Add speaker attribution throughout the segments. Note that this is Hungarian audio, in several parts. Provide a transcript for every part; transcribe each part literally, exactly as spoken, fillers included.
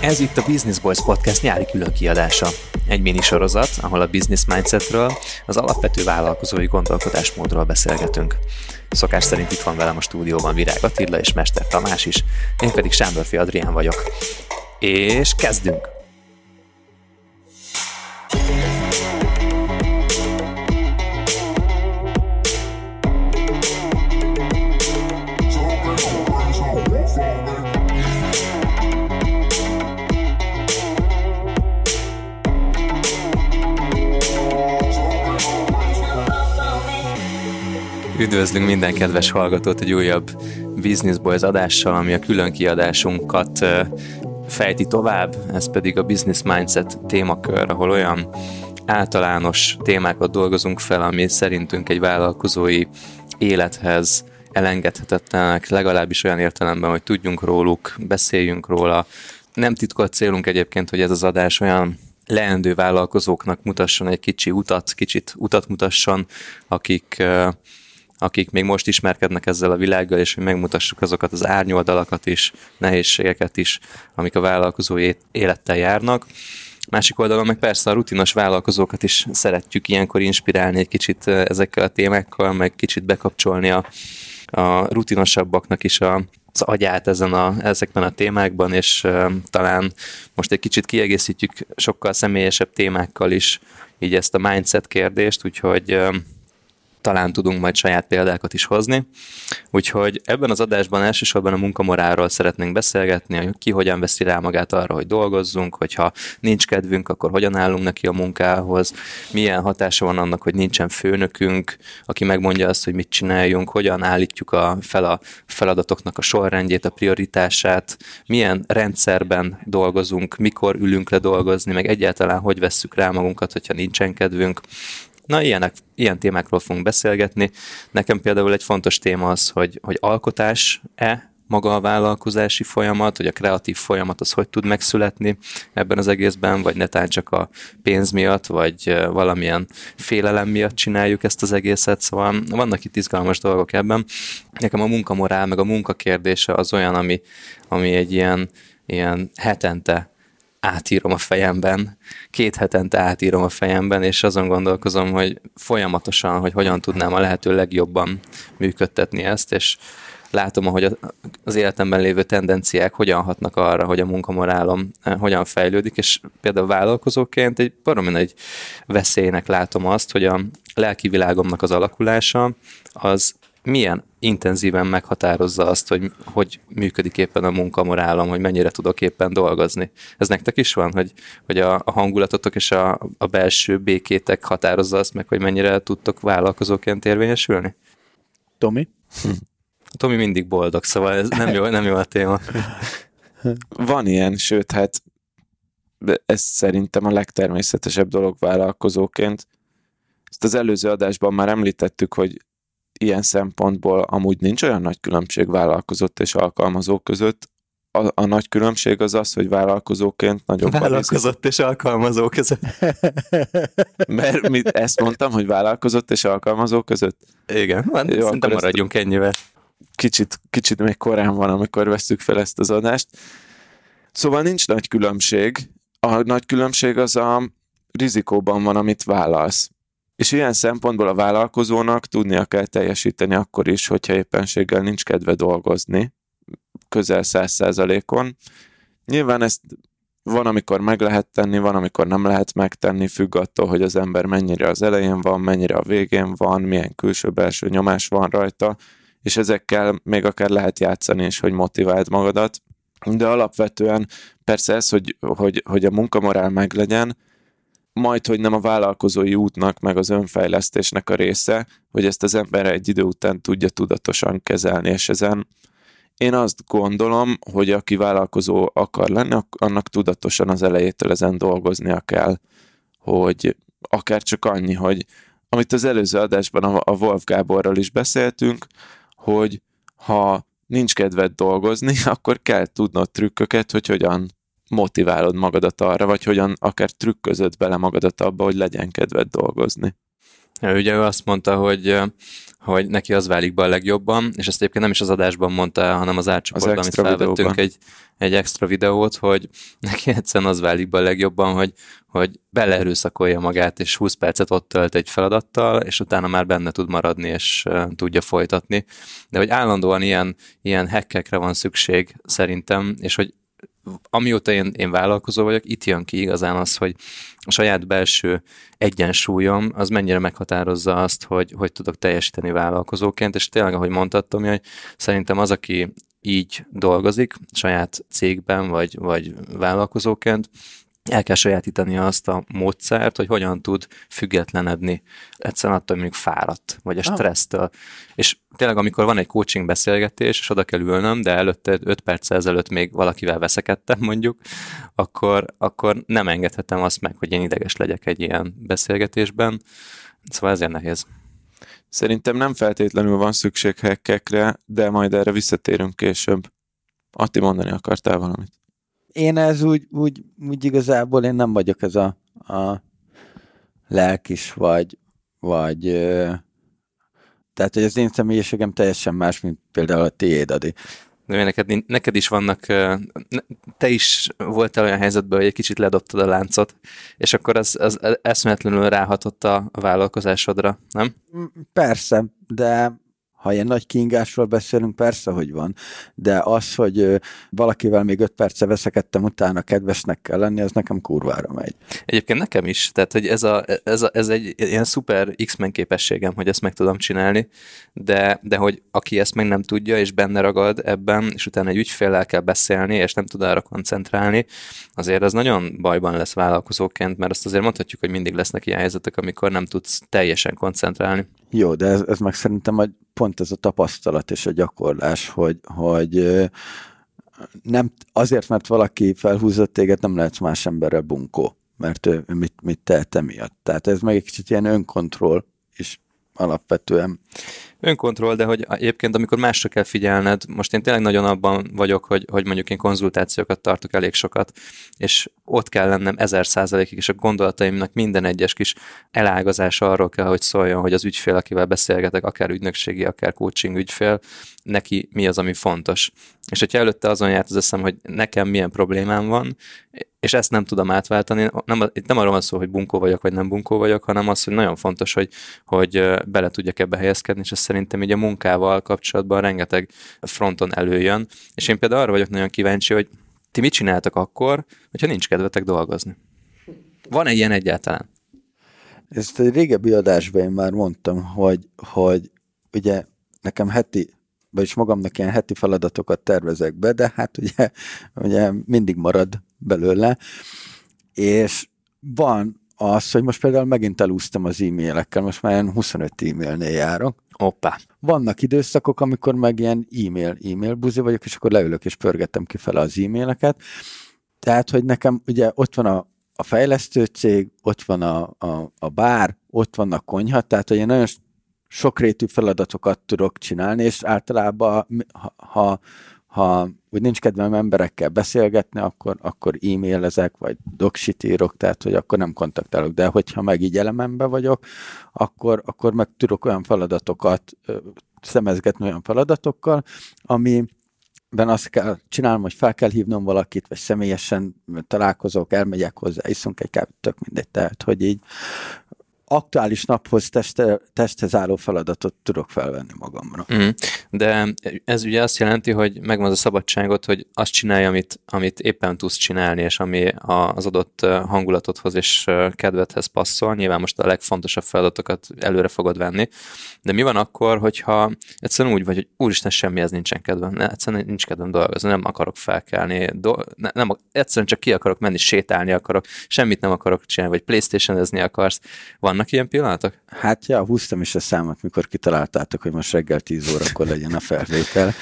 Speaker 1: Ez itt a Business Boys Podcast nyári különkiadása. Egy minisorozat, ahol a business mindsetről, az alapvető vállalkozói gondolkodásmódról beszélgetünk. Szokás szerint itt van velem a stúdióban Virág Attila és Mester Tamás is, én pedig Sándorfi Adrián vagyok. És kezdünk! Üdvözlünk minden kedves hallgatót egy újabb Business Boys adással, ami a külön kiadásunkat fejti tovább, ez pedig a Business Mindset témakör, ahol olyan általános témákat dolgozunk fel, ami szerintünk egy vállalkozói élethez elengedhetetlenek, legalábbis olyan értelemben, hogy tudjunk róluk, beszéljünk róla. Nem titkolt célunk egyébként, hogy ez az adás olyan leendő vállalkozóknak mutasson egy kicsi utat, kicsit utat mutasson, akik akik még most ismerkednek ezzel a világgal, és hogy megmutassuk azokat az árnyoldalakat is, nehézségeket is, amik a vállalkozói élettel járnak. Másik oldalon meg persze a rutinos vállalkozókat is szeretjük ilyenkor inspirálni egy kicsit ezekkel a témákkal, meg kicsit bekapcsolni a, a rutinosabbaknak is a, az agyát ezen a, ezekben a témákban, és uh, talán most egy kicsit kiegészítjük sokkal személyesebb témákkal is így ezt a mindset kérdést, úgyhogy uh, talán tudunk majd saját példákat is hozni. Úgyhogy ebben az adásban elsősorban a munkamorálról szeretnénk beszélgetni, hogy ki hogyan veszi rá magát arra, hogy dolgozzunk, hogyha nincs kedvünk, akkor hogyan állunk neki a munkához, milyen hatása van annak, hogy nincsen főnökünk, aki megmondja azt, hogy mit csináljunk, hogyan állítjuk a, fel a feladatoknak a sorrendjét, a prioritását, milyen rendszerben dolgozunk, mikor ülünk le dolgozni, meg egyáltalán hogy vesszük rá magunkat, hogyha nincsen kedvünk. Na, ilyenek, ilyen témákról fogunk beszélgetni. Nekem például egy fontos téma az, hogy, hogy alkotás-e maga a vállalkozási folyamat, hogy a kreatív folyamat az hogy tud megszületni ebben az egészben, vagy netán csak a pénz miatt, vagy valamilyen félelem miatt csináljuk ezt az egészet. Szóval vannak itt izgalmas dolgok ebben. Nekem a munkamorál, meg a munkakérdése az olyan, ami, ami egy ilyen, ilyen hetente átírom a fejemben, két hetente átírom a fejemben, és azon gondolkozom, hogy folyamatosan, hogy hogyan tudnám a lehető legjobban működtetni ezt, és látom, hogy az életemben lévő tendenciák hogyan hatnak arra, hogy a munkamorálom hogyan fejlődik, és például vállalkozóként egy baromi nagy veszélynek látom azt, hogy a lelki világomnak az alakulása az milyen intenzíven meghatározza azt, hogy hogy működik éppen a munkamorálom, hogy mennyire tudok éppen dolgozni. Ez nektek is van, hogy, hogy a, a hangulatotok és a, a belső békétek határozza azt meg, hogy mennyire tudtok vállalkozóként érvényesülni?
Speaker 2: Tomi?
Speaker 1: Tomi mindig boldog, szóval ez nem jó, nem jó a téma.
Speaker 2: Van ilyen, sőt, hát ez szerintem a legtermészetesebb dolog vállalkozóként. Ezt az előző adásban már említettük, hogy ilyen szempontból amúgy nincs olyan nagy különbség vállalkozott és alkalmazó között. A, a nagy különbség az az, hogy vállalkozóként nagyobb
Speaker 1: vállalkozott és alkalmazó között.
Speaker 2: Mert mit, ezt mondtam, hogy vállalkozott és alkalmazó között?
Speaker 1: Igen, van, jó, szerintem maradjunk ennyivel.
Speaker 2: Kicsit, kicsit még korán van, amikor vesszük fel ezt az adást. Szóval nincs nagy különbség. A nagy különbség az a rizikóban van, amit vállalsz. És ilyen szempontból a vállalkozónak tudnia kell teljesíteni akkor is, hogyha éppenséggel nincs kedve dolgozni, közel száz százalékon. Nyilván ezt van, amikor meg lehet tenni, van, amikor nem lehet megtenni, függ attól, hogy az ember mennyire az elején van, mennyire a végén van, milyen külső-belső nyomás van rajta, és ezekkel még akár lehet játszani is, hogy motiváld magadat. De alapvetően persze ez, hogy, hogy, hogy a munkamorál meglegyen, majd, hogy nem a vállalkozói útnak, meg az önfejlesztésnek a része, hogy ezt az ember egy idő után tudja tudatosan kezelni, és ezen én azt gondolom, hogy aki vállalkozó akar lenni, annak tudatosan az elejétől ezen dolgoznia kell, hogy akár csak annyi, hogy amit az előző adásban a Wolf Gáborral is beszéltünk, hogy ha nincs kedved dolgozni, akkor kell tudnod trükköket, hogy hogyan motiválod magadat arra, vagy hogyan akár trükközöd bele magadat abba, hogy legyen kedved dolgozni.
Speaker 1: Ő ugye ő azt mondta, hogy hogy neki az válik be a legjobban, és ezt egyébként nem is az adásban mondta, hanem az átcsoportban, amit felvettünk videóban. egy, egy extra videót, hogy neki egyszerűen az válik be a legjobban, hogy, hogy beleerőszakolja magát, és húsz percet ott tölt egy feladattal, és utána már benne tud maradni, és uh, tudja folytatni. De hogy állandóan ilyen, ilyen hackekre van szükség szerintem, és hogy amióta én, én vállalkozó vagyok, itt jön ki igazán az, hogy a saját belső egyensúlyom az mennyire meghatározza azt, hogy hogy tudok teljesíteni vállalkozóként, és tényleg, ahogy mondtad, Tomi, hogy szerintem az, aki így dolgozik saját cégben, vagy, vagy vállalkozóként, el kell sajátítani azt a módszert, hogy hogyan tud függetlenedni egyszerűen attól, hogy mondjuk fáradt, vagy a stressztől. És tényleg, amikor van egy coaching beszélgetés, és oda kell ülnöm, de előtte öt perccel ezelőtt még valakivel veszekedtem mondjuk, akkor, akkor nem engedhetem azt meg, hogy én ideges legyek egy ilyen beszélgetésben. Szóval ezért nehéz.
Speaker 2: Szerintem nem feltétlenül van szükség hackekre, de majd erre visszatérünk később. Atti, mondani akartál valamit?
Speaker 3: Én ez úgy, úgy, úgy igazából én nem vagyok ez a, a lelkis, vagy, vagy tehát, hogy az én személyiségem teljesen más, mint például a tiéd, Adi.
Speaker 1: De neked, neked is vannak, te is voltál olyan helyzetben, hogy egy kicsit ledobtad a láncot, és akkor az, az eszméletlenül ráhatott a vállalkozásodra, nem?
Speaker 3: Persze, de ha ilyen nagy kiingásról beszélünk, persze, hogy van, de az, hogy valakivel még öt perce veszekedtem, utána kedvesnek kell lenni, az nekem kurvára megy.
Speaker 1: Egyébként nekem is, tehát hogy ez, a, ez, a, ez egy ilyen szuper X-Men képességem, hogy ezt meg tudom csinálni, de, de hogy aki ezt meg nem tudja, és benne ragad ebben, és utána egy ügyféllel kell beszélni, és nem tud arra koncentrálni, azért az nagyon bajban lesz vállalkozóként, mert azt azért mondhatjuk, hogy mindig lesznek ilyen helyzetek, amikor nem tudsz teljesen koncentrálni.
Speaker 3: Jó, de ez, ez meg szerintem hogy pont ez a tapasztalat és a gyakorlás, hogy, hogy nem, azért, mert valaki felhúzott téged, nem lehetsz más emberrel bunkó, mert ő mit, mit tehet emiatt. Tehát ez meg egy kicsit ilyen önkontroll is alapvetően.
Speaker 1: Önkontroll, de hogy egyébként amikor másra kell figyelned, most én tényleg nagyon abban vagyok, hogy, hogy mondjuk én konzultációkat tartok elég sokat, és ott kell lennem ezer százalékig, és a gondolataimnak minden egyes kis elágazása arról kell, hogy szóljon, hogy az ügyfél, akivel beszélgetek, akár ügynökségi, akár coaching ügyfél, neki mi az, ami fontos. És hogyha előtte azon járt az eszem, hogy nekem milyen problémám van, és ezt nem tudom átváltani, nem, itt nem arról van szó, hogy bunkó vagyok, vagy nem bunkó vagyok, hanem az, hogy nagyon fontos, hogy, hogy bele tudjak ebbe helyezkedni, és ez szerintem így a munkával kapcsolatban rengeteg fronton előjön. És én például arra vagyok nagyon kíváncsi, hogy ti mit csináltak akkor, hogyha nincs kedvetek dolgozni? Van-e ilyen egyáltalán?
Speaker 3: Ezt egy régebbi adásban én már mondtam, hogy, hogy ugye nekem heti, vagyis magamnak ilyen heti feladatokat tervezek be, de hát ugye, ugye mindig marad belőle, és van az, hogy most például megint elúsztam az e-mailekkel, most már ilyen huszonöt e-mailnél járok.
Speaker 1: Hoppá.
Speaker 3: Vannak időszakok, amikor meg ilyen e-mail, e-mail buzi vagyok, és akkor leülök és pörgettem kifele az e-maileket. Tehát, hogy nekem ugye ott van a, a fejlesztő cég, ott van a, a, a bár, ott van a konyha, tehát, hogy én nagyon sokrétű feladatokat tudok csinálni, és általában, ha, ha, ha úgy nincs kedvem emberekkel beszélgetni, akkor, akkor e-mailezek, vagy docsit írok, tehát, hogy akkor nem kontaktálok. De hogyha meg így elememben vagyok, akkor, akkor meg tudok olyan feladatokat szemezgetni olyan feladatokkal, amiben azt kell csinálnom, hogy fel kell hívnom valakit, vagy személyesen találkozok, elmegyek hozzá, iszunk egy kávét, tök mindegy. Tehát, hogy így aktuális naphoz teste, testhez álló feladatot tudok felvenni magamra.
Speaker 1: Mm. De ez ugye azt jelenti, hogy megvan az a szabadságot, hogy azt csinálj, amit, amit éppen tudsz csinálni, és ami az adott hangulatodhoz és kedvedhez passzol. Nyilván most a legfontosabb feladatokat előre fogod venni. De mi van akkor, hogyha egyszerűen úgy vagy, hogy úristen, semmihez nincsen kedvem. Ne, egyszerűen nincs kedvem dolgozni, nem akarok felkelni. Do- ne, nem, egyszerűen csak ki akarok menni, sétálni akarok, semmit nem akarok csinálni, vagy PlayStation-ezni akarsz. Vannak ilyen pillanatok?
Speaker 3: Hát ja, húztam is a számot, mikor kitaláltátok, hogy most reggel tíz órakor legyen a felvétel.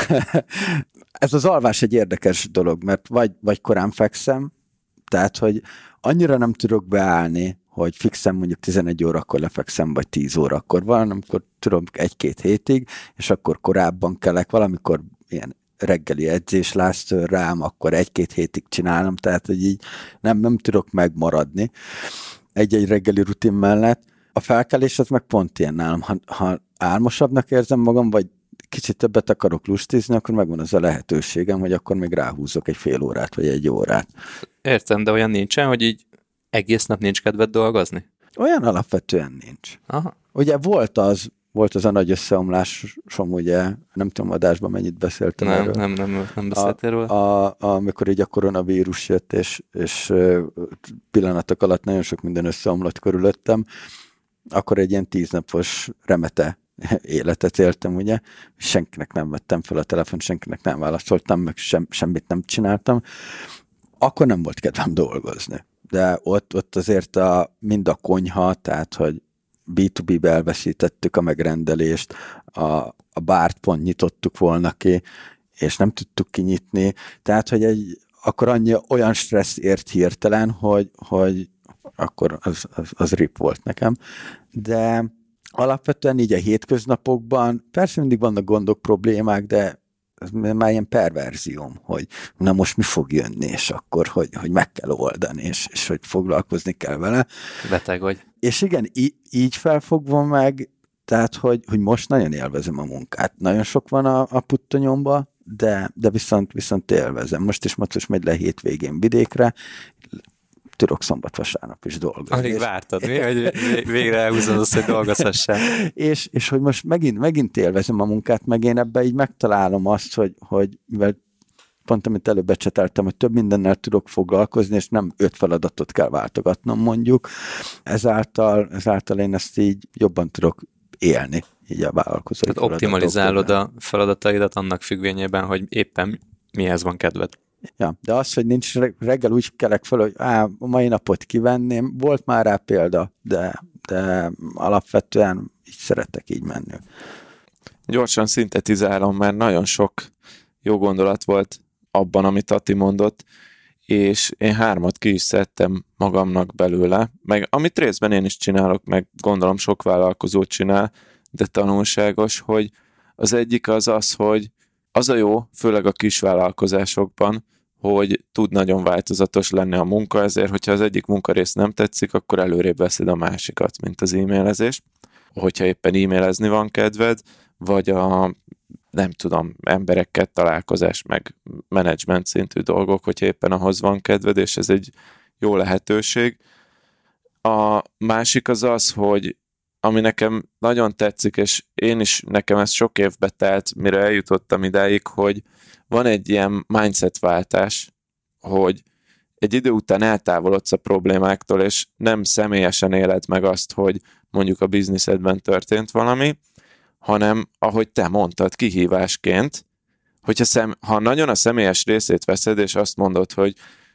Speaker 3: Ez az alvás egy érdekes dolog, mert vagy, vagy korán fekszem, tehát, hogy annyira nem tudok beállni, hogy fixem mondjuk tizenegy órakor lefekszem, vagy tíz órakor van, amikor tudom egy-két hétig, és akkor korábban kelek, valamikor ilyen reggeli edzés lásztör rám, akkor egy-két hétig csinálom, tehát, hogy így nem, nem tudok megmaradni egy-egy reggeli rutin mellett. a felkelés az meg pont ilyen nálam. Ha, ha álmosabbnak érzem magam, vagy kicsit többet akarok lustizni, akkor megvan az a lehetőségem, hogy akkor még ráhúzok egy fél órát, vagy egy órát.
Speaker 1: Értem, de olyan nincsen, hogy így egész nap nincs kedved dolgozni?
Speaker 3: Olyan alapvetően nincs.
Speaker 1: Aha.
Speaker 3: Ugye volt az, volt az a nagy összeomlásom, ugye, nem tudom, adásban mennyit beszéltem
Speaker 1: nem,
Speaker 3: erről.
Speaker 1: Nem, nem, nem beszéltél róla.
Speaker 3: A, a, amikor így a koronavírus jött, és, és pillanatok alatt nagyon sok minden összeomlott körülöttem, akkor egy ilyen tíznapos remete életet éltem, ugye, senkinek nem vettem fel a telefon, senkinek nem válaszoltam, meg sem, semmit nem csináltam, akkor nem volt kedvem dolgozni. De ott, ott azért a, mind a konyha, tehát, hogy bé kettő bé-be elveszítettük a megrendelést, a, a bárt pont nyitottuk volna ki, és nem tudtuk kinyitni, tehát, hogy egy, akkor annyi olyan stressz ért hirtelen, hogy, hogy akkor az, az, az rip volt nekem. De alapvetően így a hétköznapokban, persze mindig vannak gondok, problémák, de ez már ilyen perverzióm, hogy na most mi fog jönni, és akkor, hogy, hogy meg kell oldani, és, és hogy foglalkozni kell vele.
Speaker 1: Beteg vagy.
Speaker 3: És igen, í- így felfogva meg, tehát, hogy, hogy most nagyon élvezem a munkát. Nagyon sok van a, a puttonyomba, de, de viszont, viszont élvezem. Most is Macos megy le hétvégén vidékre, tudok szombat-vasárnap is dolgozni.
Speaker 1: Alig vártad, mi? Hogy végre elhúzod azt, hogy dolgozhassál.
Speaker 3: és, és hogy most megint, megint élvezem a munkát, meg én ebben így megtalálom azt, hogy, hogy mivel pont amit előbb becseteltem, hogy több mindennel tudok foglalkozni, és nem öt feladatot kell váltogatnom mondjuk. Ezáltal, ezáltal én ezt így jobban tudok élni, így a vállalkozói
Speaker 1: Tehát optimalizálod a feladataidat annak függvényében, hogy éppen mihez van kedved.
Speaker 3: Ja, de az, hogy nincs reggel úgy kelek fel, hogy á, a mai napot kivenném, volt már rá példa, de, de alapvetően így szeretek így menni.
Speaker 2: Gyorsan szintetizálom, mert nagyon sok jó gondolat volt abban, amit Ati mondott, és én hármat ki is szedtem magamnak belőle, meg amit részben én is csinálok, meg gondolom sok vállalkozó csinál, de tanulságos, hogy az egyik az az, hogy az a jó, főleg a kisvállalkozásokban, hogy tud nagyon változatos lenni a munka, ezért, hogyha az egyik munkarész nem tetszik, akkor előrébb veszed a másikat, mint az e-mailezés. Hogyha éppen e-mailezni van kedved, vagy a nem tudom, emberekkel találkozás, meg menedzsment szintű dolgok, hogyha éppen ahhoz van kedved, és ez egy jó lehetőség. A másik az az, hogy ami nekem nagyon tetszik, és én is, nekem ez sok évbe telt, mire eljutottam idáig, hogy van egy ilyen mindset-váltás, hogy egy idő után eltávolodsz a problémáktól, és nem személyesen éled meg azt, hogy mondjuk a bizniszedben történt valami, hanem, ahogy te mondtad, kihívásként, hogyha szem, ha nagyon a személyes részét veszed, és azt mondod, hogy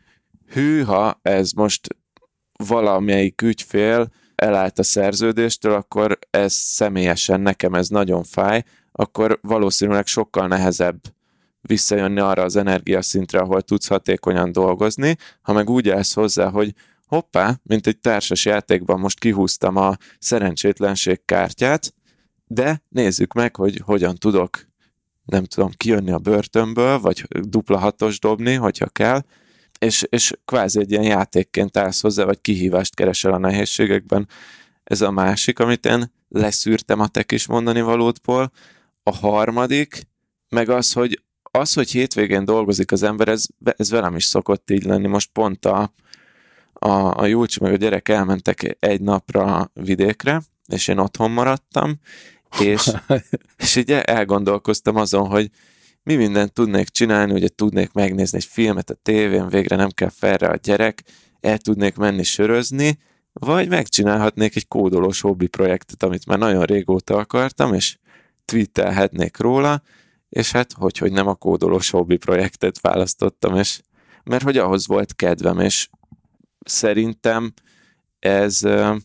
Speaker 2: hűha, ez most valamelyik ügyfél elállt a szerződéstől, akkor ez személyesen nekem ez nagyon fáj, akkor valószínűleg sokkal nehezebb visszajönni arra az energiaszintre, ahol tudsz hatékonyan dolgozni, ha meg úgy állsz hozzá, hogy hoppá, mint egy társas játékban most kihúztam a szerencsétlenség kártyát, de nézzük meg, hogy hogyan tudok, nem tudom, kijönni a börtönből, vagy dupla hatos dobni, hogyha kell, és, és kvázi egy ilyen játékként állsz hozzá, vagy kihívást keresel a nehézségekben. Ez a másik, amit én leszűrtem a te kis mondani valódból. A harmadik, meg az, hogy az, hogy hétvégén dolgozik az ember, ez, ez velem is szokott így lenni. Most pont a, a, a Júlcsi meg a gyerek elmentek egy napra vidékre, és én otthon maradtam, és, és így elgondolkoztam azon, hogy mi mindent tudnék csinálni, ugye tudnék megnézni egy filmet a tévén, végre nem kell felre a gyerek, el tudnék menni sörözni, vagy megcsinálhatnék egy kódolós hobbi projektet, amit már nagyon régóta akartam, és tweetelhetnék róla, és hát hogy, hogy nem a kódolós hobbi projektet választottam, és mert hogy ahhoz volt kedvem, és szerintem ez,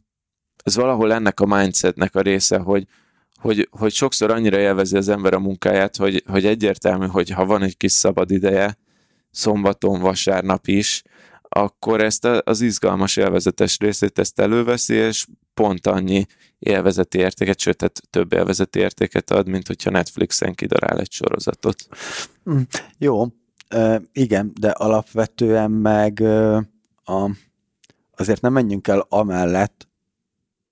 Speaker 2: ez valahol ennek a mindsetnek a része, hogy Hogy, hogy sokszor annyira élvezi az ember a munkáját, hogy, hogy egyértelmű, hogy ha van egy kis szabad ideje, szombaton, vasárnap is, akkor ezt az izgalmas élvezetes részét ezt előveszi, és pont annyi élvezeti értéket, sőt, hát több élvezeti értéket ad, mint hogyha Netflixen kidarál egy sorozatot.
Speaker 3: Mm, jó, uh, igen, de alapvetően meg uh, a, azért nem menjünk el amellett,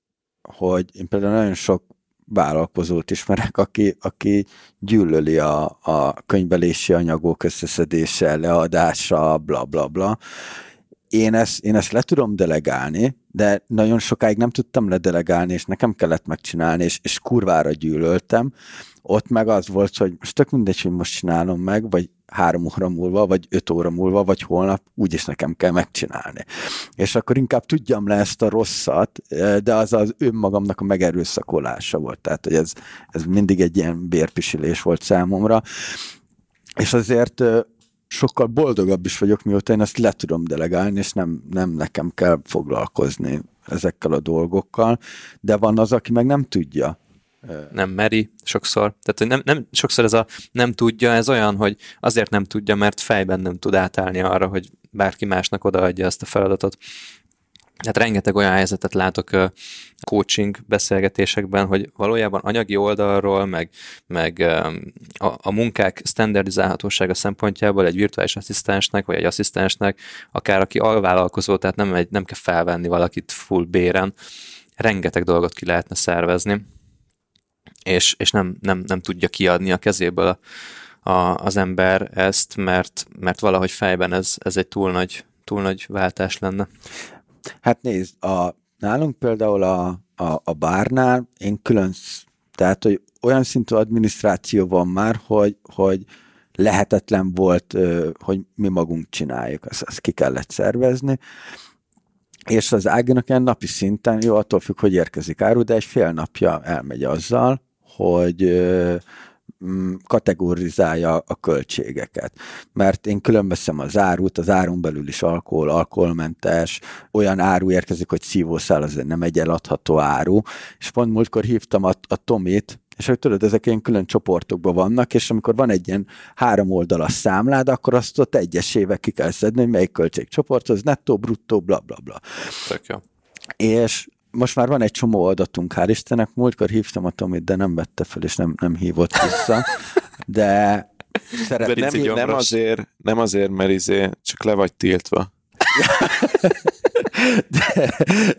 Speaker 3: hogy én például nagyon sok vállalkozót ismerek, aki, aki gyűlöli a, a könyvelési anyagok összeszedése, leadása, bla bla bla. Én ezt, én ezt le tudom delegálni, de nagyon sokáig nem tudtam ledelegálni, és nekem kellett megcsinálni, és, és kurvára gyűlöltem. Ott meg az volt, hogy most tök mindegy, hogy most csinálom meg, vagy három óra múlva, vagy öt óra múlva, vagy holnap, úgyis nekem kell megcsinálni. És akkor inkább tudjam le ezt a rosszat, de az az önmagamnak a megerőszakolása volt. Tehát, hogy ez, ez mindig egy ilyen bérpisilés volt számomra. És azért sokkal boldogabb is vagyok, mióta én ezt le tudom delegálni, és nem, nem nekem kell foglalkozni ezekkel a dolgokkal, de van az, aki meg nem tudja.
Speaker 1: Nem meri sokszor. Tehát, hogy nem, nem, sokszor ez a nem tudja, ez olyan, hogy azért nem tudja, mert fejben nem tud átállni arra, hogy bárki másnak odaadja ezt a feladatot. Hát rengeteg olyan helyzetet látok uh, coaching beszélgetésekben, hogy valójában anyagi oldalról, meg, meg um, a, a munkák standardizálhatósága szempontjából egy virtuális asszisztensnek, vagy egy asszisztensnek, akár aki alvállalkozó, tehát nem, egy, nem kell felvenni valakit full béren, rengeteg dolgot ki lehetne szervezni, és, és nem, nem, nem tudja kiadni a kezéből a, a, az ember ezt, mert, mert valahogy fejben ez, ez egy túl nagy, túl nagy váltás lenne.
Speaker 3: Hát nézd, a, nálunk például a, a, a bárnál én külön, tehát hogy olyan szintű adminisztráció van már, hogy, hogy lehetetlen volt, hogy mi magunk csináljuk, azt, azt ki kellett szervezni, és az Áginak ilyen napi szinten, jó, attól függ, hogy érkezik áru, de egy fél napja elmegy azzal, hogy kategorizálja a költségeket. Mert én különbeszem az árut, az árun belül is alkohol, alkoholmentes, olyan áru érkezik, hogy szívószál, az nem egy eladható áru, és pont múltkor hívtam a, a Tomit, és hogy tudod, ezek ilyen külön csoportokban vannak, és amikor van egy ilyen három oldalas számlád, akkor azt ott egyesével ki kell szedni, hogy melyik költségcsoporthoz, nettó, bruttó, bla bla bla.
Speaker 1: Tök jó.
Speaker 3: És most már van egy csomó adatunk, hál' Istennek, múltkor hívtam a Tomit, de nem vette fel, és nem, nem hívott vissza, de szeretném...
Speaker 2: De nem, nem, azért, nem azért, mert izé, csak le vagy tiltva.
Speaker 3: de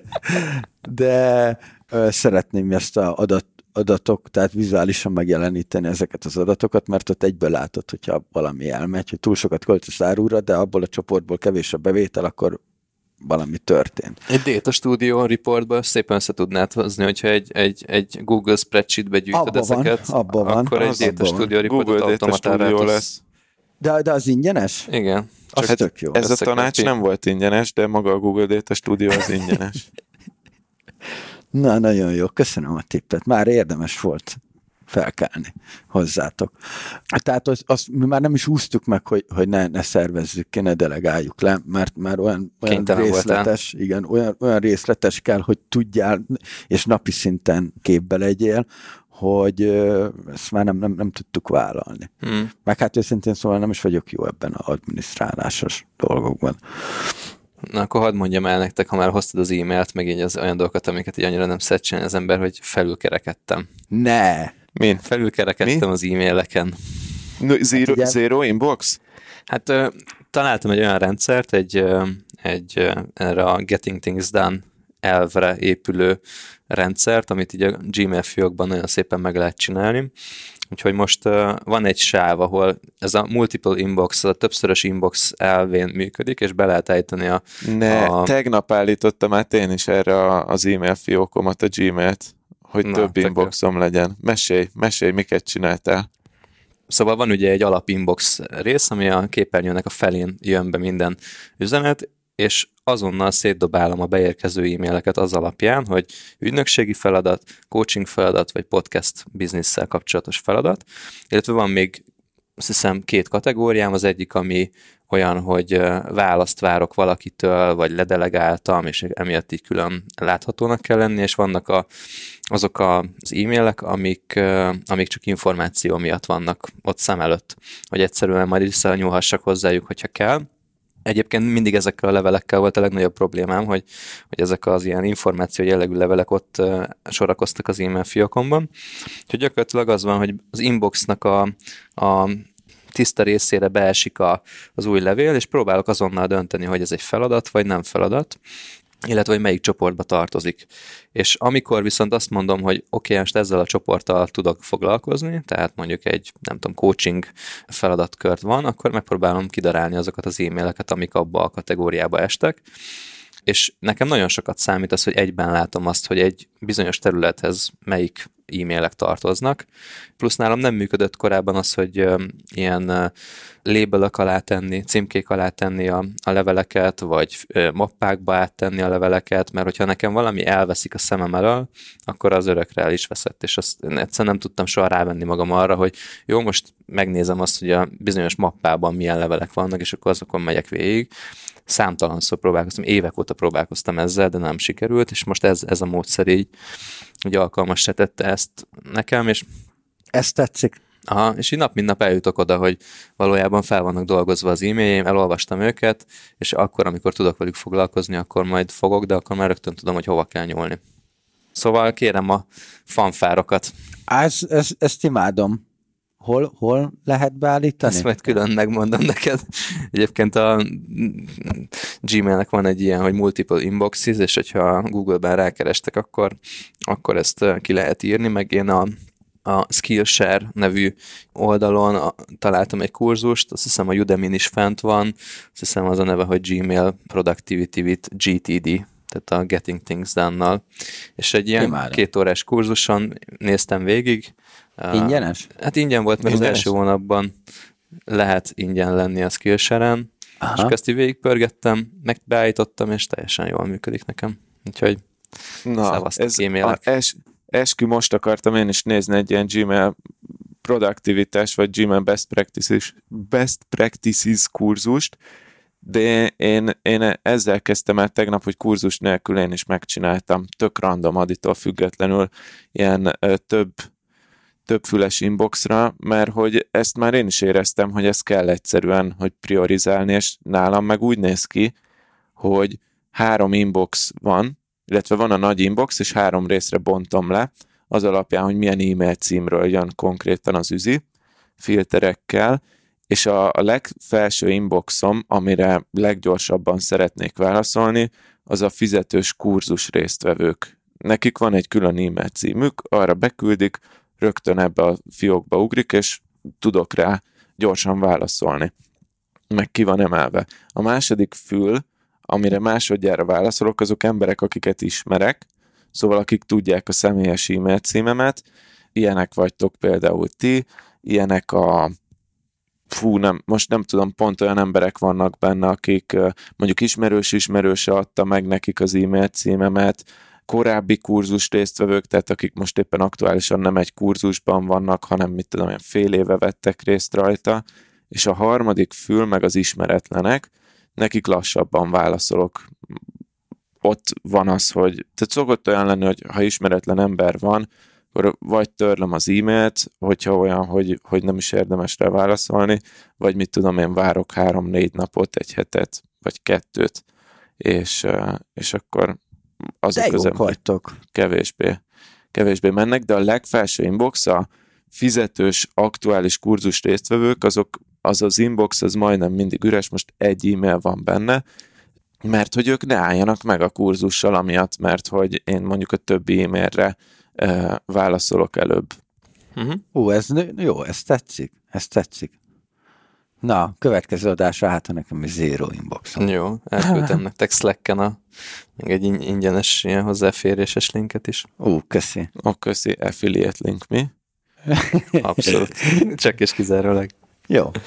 Speaker 3: de ö, szeretném ezt a adat, adatok, tehát vizuálisan megjeleníteni ezeket az adatokat, mert ott egyből látod, hogyha valami elmegy, hogy túl sokat költesz árúra, de abból a csoportból kevés a bevétel, akkor valami történt.
Speaker 1: Egy Data Studio reportból szépen össze tudnád hozni, hogyha egy, egy, egy Google spreadsheetbe gyűjtöd
Speaker 3: abba
Speaker 1: ezeket,
Speaker 3: van, abba van,
Speaker 1: akkor egy Data Studio reportot automatára
Speaker 2: lesz.
Speaker 3: De, de az ingyenes?
Speaker 1: Igen.
Speaker 3: Az
Speaker 2: hát
Speaker 3: tök jó.
Speaker 2: Ez a tanács nem volt ingyenes, de maga a Google Data Studio az ingyenes.
Speaker 3: Na, nagyon jó. Köszönöm a tippet. Már érdemes volt felkelni hozzátok. Tehát azt, azt mi már nem is úsztuk meg, hogy, hogy ne, ne szervezzük ki, ne delegáljuk le, mert már olyan, olyan részletes, igen, olyan, olyan részletes kell, hogy tudjál, és napi szinten képbe legyél, hogy ezt már nem, nem, nem tudtuk vállalni. Hmm. Meg hát őszintén szóval nem is vagyok jó ebben az adminisztrálásos dolgokban.
Speaker 1: Na, akkor hadd mondjam el nektek, ha már hoztad az e-mailt, meg így az olyan dolgokat, amiket így annyira nem szeret csinálni az ember, hogy felülkerekedtem.
Speaker 3: Ne!
Speaker 2: Min?
Speaker 1: Felülkerekedtem Mi? az e-maileken.
Speaker 2: No, zero, hát zero inbox?
Speaker 1: Hát ö, találtam egy olyan rendszert, egy, ö, egy ö, erre a Getting Things Done elvre épülő rendszert, amit így a Gmail fiókban nagyon szépen meg lehet csinálni. Úgyhogy most uh, van egy sáv, ahol ez a multiple inbox, a többszörös inbox elvén működik, és be lehet állítani a...
Speaker 2: Ne,
Speaker 1: a...
Speaker 2: tegnap állítottam át én is erre az e-mail fiókomat, a Gmailt, hogy Na, több inboxom jó. legyen. Mesélj, mesélj, miket csináltál?
Speaker 1: Szóval van ugye egy alap inbox rész, ami a képernyőnek a felén jön be minden üzenet, és azonnal szétdobálom a beérkező e-maileket az alapján, hogy ügynökségi feladat, coaching feladat, vagy podcast bizniszsel kapcsolatos feladat, illetve van még azt hiszem két kategóriám, az egyik, ami olyan, hogy választ várok valakitől, vagy ledelegáltam, és emiatt így külön láthatónak kell lenni, és vannak a, azok az e-mailek, amik, amik csak információ miatt vannak ott szem előtt, hogy egyszerűen majd visszanyúlhassak hozzájuk, hogyha kell. Egyébként mindig ezekkel a levelekkel volt a legnagyobb problémám, hogy, hogy ezek az ilyen információ jellegű levelek ott uh, sorakoztak az e-mail fiókomban. Úgyhogy gyakorlatilag az van, hogy az inboxnak a, a tiszta részére beesik a, az új levél, és próbálok azonnal dönteni, hogy ez egy feladat, vagy nem feladat. illetve hogy melyik csoportba tartozik. És amikor viszont azt mondom, hogy oké, okay, most ezzel a csoporttal tudok foglalkozni, tehát mondjuk egy, nem tudom, coaching feladatkört van, akkor megpróbálom kidarálni azokat az e-maileket, amik abba a kategóriába estek, és nekem nagyon sokat számít az, hogy egyben látom azt, hogy egy bizonyos területhez melyik e-mailek tartoznak, plusz nálam nem működött korábban az, hogy ö, ilyen ö, labelök alá tenni, címkék alá tenni a, a leveleket, vagy ö, mappákba áttenni a leveleket, mert hogyha nekem valami elveszik a szemem elől, akkor az örökre el is veszett, és azt egyszerűen nem tudtam soha rávenni magam arra, hogy jó, most megnézem azt, hogy a bizonyos mappában milyen levelek vannak, és akkor azokon megyek végig. Számtalanszor próbálkoztam, évek óta próbálkoztam ezzel, de nem sikerült, és most ez, ez a módszer így, így alkalmas se tette ezt nekem, és
Speaker 3: ez tetszik.
Speaker 1: Aha, és így nap mint nap eljutok oda, hogy valójában fel vannak dolgozva az e-mailjeim, elolvastam őket, és akkor, amikor tudok velük foglalkozni, akkor majd fogok, de akkor már rögtön tudom, hogy hova kell nyúlni. Szóval kérem a fanfárokat.
Speaker 3: Ez, ez, ezt imádom. Hol, hol lehet beállítani?
Speaker 1: Ezt majd külön megmondom neked. Egyébként a Gmailnek van egy ilyen, hogy multiple inboxes, és hogyha Google-ben rákerestek, akkor, akkor ezt ki lehet írni, meg én a, a Skillshare nevű oldalon a, találtam egy kurzust, azt hiszem a Udemy-n is fent van, azt hiszem az a neve, hogy Gmail Productivity with gé té dé, tehát a Getting Things Done-nal. És egy ilyen
Speaker 3: Imádom.
Speaker 1: két órás kurzuson néztem végig.
Speaker 3: Ingyenes?
Speaker 1: Uh, hát ingyen volt, mert
Speaker 2: Ingyenes?
Speaker 1: az első hónapban lehet ingyen lenni a Skillshare-en, és ezt így végigpörgettem, megbeállítottam, és teljesen jól működik nekem. Úgyhogy szavaztak
Speaker 2: ez
Speaker 1: e-mailek.
Speaker 2: a es, eskü most akartam én is nézni egy ilyen Gmail produktivitás, vagy Gmail best practices, best practices kurzust, de én, én ezzel kezdtem el tegnap, hogy kurzus nélkül én is megcsináltam, tök random aditól függetlenül, ilyen ö, több többfüles inboxra, mert hogy ezt már én is éreztem, hogy ez kell egyszerűen, hogy priorizálni, és nálam meg úgy néz ki, hogy három inbox van, illetve van a nagy inbox, és három részre bontom le, az alapján, hogy milyen e-mail címről jön konkrétan az üzi, filterekkel, és a, a legfelső inboxom, amire leggyorsabban szeretnék válaszolni, az a fizetős kurzus résztvevők. Nekik van egy külön e-mail címük, arra beküldik, rögtön ebbe a fiókba ugrik, és tudok rá gyorsan válaszolni. Meg ki van emelve. A második fül, amire másodjára válaszolok, azok emberek, akiket ismerek, szóval akik tudják a személyes e-mail címemet, ilyenek vagytok például ti, ilyenek a fú, nem, most nem tudom, pont olyan emberek vannak benne, akik mondjuk ismerős ismerőse adta meg nekik az e-mail címemet, korábbi kurzus résztvevők, tehát akik most éppen aktuálisan nem egy kurzusban vannak, hanem mit tudom, olyan fél éve vettek részt rajta, és a harmadik fül meg az ismeretlenek, nekik lassabban válaszolok. Ott van az, hogy tehát szokott olyan lenni, hogy ha ismeretlen ember van, akkor vagy törlöm az e-mailt, hogyha olyan, hogy, hogy nem is érdemes rá válaszolni, vagy mit tudom én, várok három-négy napot, egy hetet, vagy kettőt, és, és akkor azok
Speaker 3: de
Speaker 2: az
Speaker 3: vagytok.
Speaker 2: Kevésbé, kevésbé mennek, de a legfelső inbox, a fizetős aktuális kurzus résztvevők, azok, az az inbox, az majdnem mindig üres, most egy e-mail van benne, mert hogy ők ne álljanak meg a kurzussal amiatt, mert hogy én mondjuk a többi e-mailre e, válaszolok előbb.
Speaker 3: Uh-huh. Ó, ez jó, ez tetszik, ez tetszik. Na, következő adásra hát nekem is zero inboxom.
Speaker 1: Jó, elküldtem nektek Slacken a meg egy ingyenes ilyen hozzáféréses linket is.
Speaker 3: Ó, köszi.
Speaker 2: Ó, köszi, affiliate link, mi?
Speaker 1: Abszolút. Csak és kizárólag.
Speaker 3: Jó.
Speaker 2: Oké,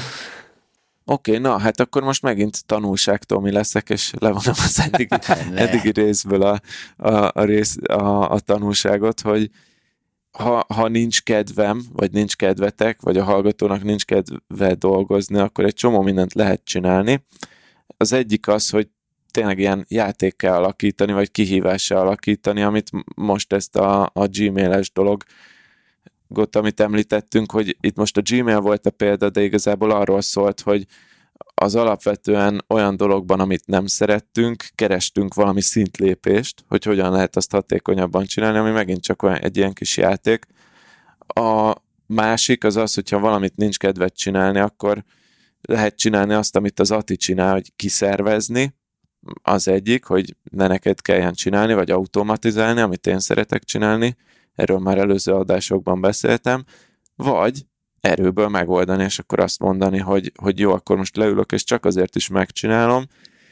Speaker 2: okay, na, hát akkor most megint tanulságtól mi leszek, és levonom az eddigi, eddigi részből a, a, a, rész, a, a tanulságot, hogy ha, ha nincs kedvem, vagy nincs kedvetek, vagy a hallgatónak nincs kedve dolgozni, akkor egy csomó mindent lehet csinálni. Az egyik az, hogy tényleg ilyen játékkel alakítani, vagy kihívással alakítani, amit most ezt a, a Gmail-es dolog, amit említettünk, hogy itt most a Gmail volt a példa, de igazából arról szólt, hogy az alapvetően olyan dologban, amit nem szerettünk, kerestünk valami szintlépést, hogy hogyan lehet azt hatékonyabban csinálni, ami megint csak olyan egy ilyen kis játék. A másik az az, hogyha valamit nincs kedved csinálni, akkor lehet csinálni azt, amit az Ati csinál, hogy kiszervezni, az egyik, hogy ne neked kelljen csinálni, vagy automatizálni, amit én szeretek csinálni, erről már előző adásokban beszéltem, vagy erőből megoldani, és akkor azt mondani, hogy, hogy jó, akkor most leülök, és csak azért is megcsinálom,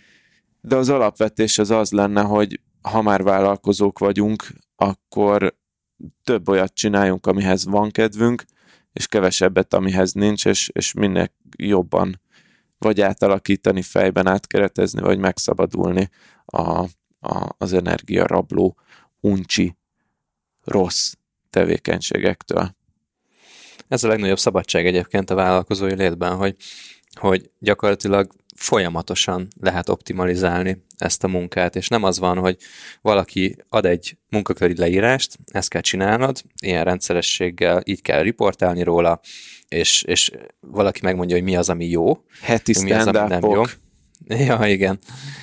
Speaker 2: de az alapvetés az az lenne, hogy ha már vállalkozók vagyunk, akkor több olyat csináljunk, amihez van kedvünk, és kevesebbet, amihez nincs, és, és minél jobban vagy átalakítani, fejben átkeretezni, vagy megszabadulni a, a, az energiarabló, uncsi, rossz tevékenységektől.
Speaker 1: Ez a legnagyobb szabadság egyébként a vállalkozói létben, hogy, hogy gyakorlatilag folyamatosan lehet optimalizálni ezt a munkát, és nem az van, hogy valaki ad egy munkaköri leírást, ezt kell csinálnod, ilyen rendszerességgel így kell riportálni róla, és, és valaki megmondja, hogy mi az, ami jó,
Speaker 2: heti
Speaker 1: mi az, ami nem jó.
Speaker 2: stand-upok.
Speaker 1: Ja, igen.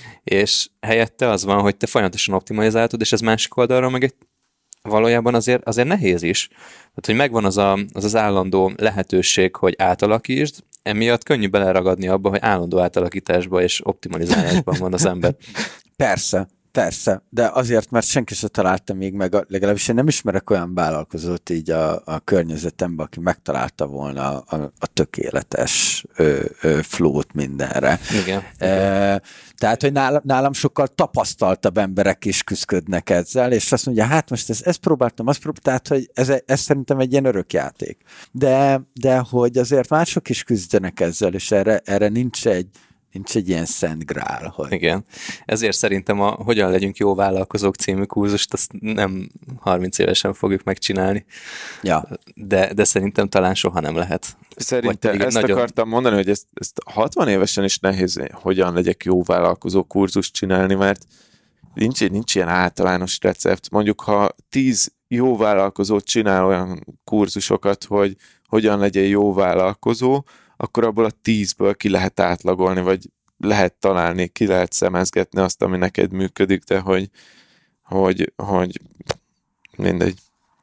Speaker 1: És helyette az van, hogy te folyamatosan optimalizáltod, és ez másik oldalról meg egy valójában azért, azért nehéz is. Tehát, hogy megvan az, a, az az állandó lehetőség, hogy átalakítsd, emiatt könnyű beleragadni abba, hogy állandó átalakításba és optimalizálásban van az ember.
Speaker 3: Persze, persze, de azért, mert senki sem találta még meg, a, legalábbis én nem ismerek olyan vállalkozót így a, a környezetemben, aki megtalálta volna a, a tökéletes ö, ö, flót mindenre.
Speaker 1: Igen.
Speaker 3: E, tehát, hogy nálam, nálam sokkal tapasztaltabb emberek is küzdködnek ezzel, és azt mondja, hát most ezt, ezt próbáltam, azt próbáltam, tehát, hogy ez, ez szerintem egy ilyen örökjáték. De, de hogy azért mások is küzdenek ezzel, és erre, erre nincs egy Nincs egy ilyen szent grál. Hogy...
Speaker 1: Igen. Ezért szerintem a Hogyan legyünk jó vállalkozók című kurzust azt nem harminc évesen fogjuk megcsinálni.
Speaker 3: Ja.
Speaker 1: De, de szerintem talán soha nem lehet.
Speaker 2: Szerintem ezt nagyon... akartam mondani, hogy ezt, ezt hatvan évesen is nehéz, hogyan legyek jó vállalkozó kurzust csinálni, mert nincs, nincs ilyen általános recept. Mondjuk, ha tíz jó vállalkozót csinál olyan kurzusokat, hogy hogyan legyen jó vállalkozó, akkor abból a tízből ki lehet átlagolni, vagy lehet találni, ki lehet szemezgetni azt, ami neked működik, de hogy, hogy, hogy mindegy.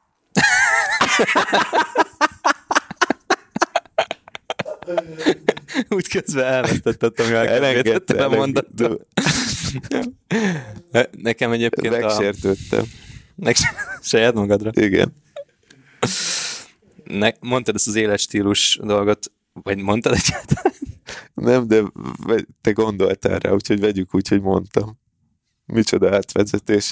Speaker 1: Úgy közben elvesztettem, hogy elengedtem a mondatot. Nekem egyébként
Speaker 2: megsértődtem.
Speaker 1: A... Meg... Saját magadra?
Speaker 2: Igen.
Speaker 1: Ne... Mondtad ezt az életstílus dolgot, vagy mondtad egyáltalán?
Speaker 2: Nem, de te gondoltál rá, úgyhogy vegyük úgy, hogy mondtam. Micsoda átvezetés.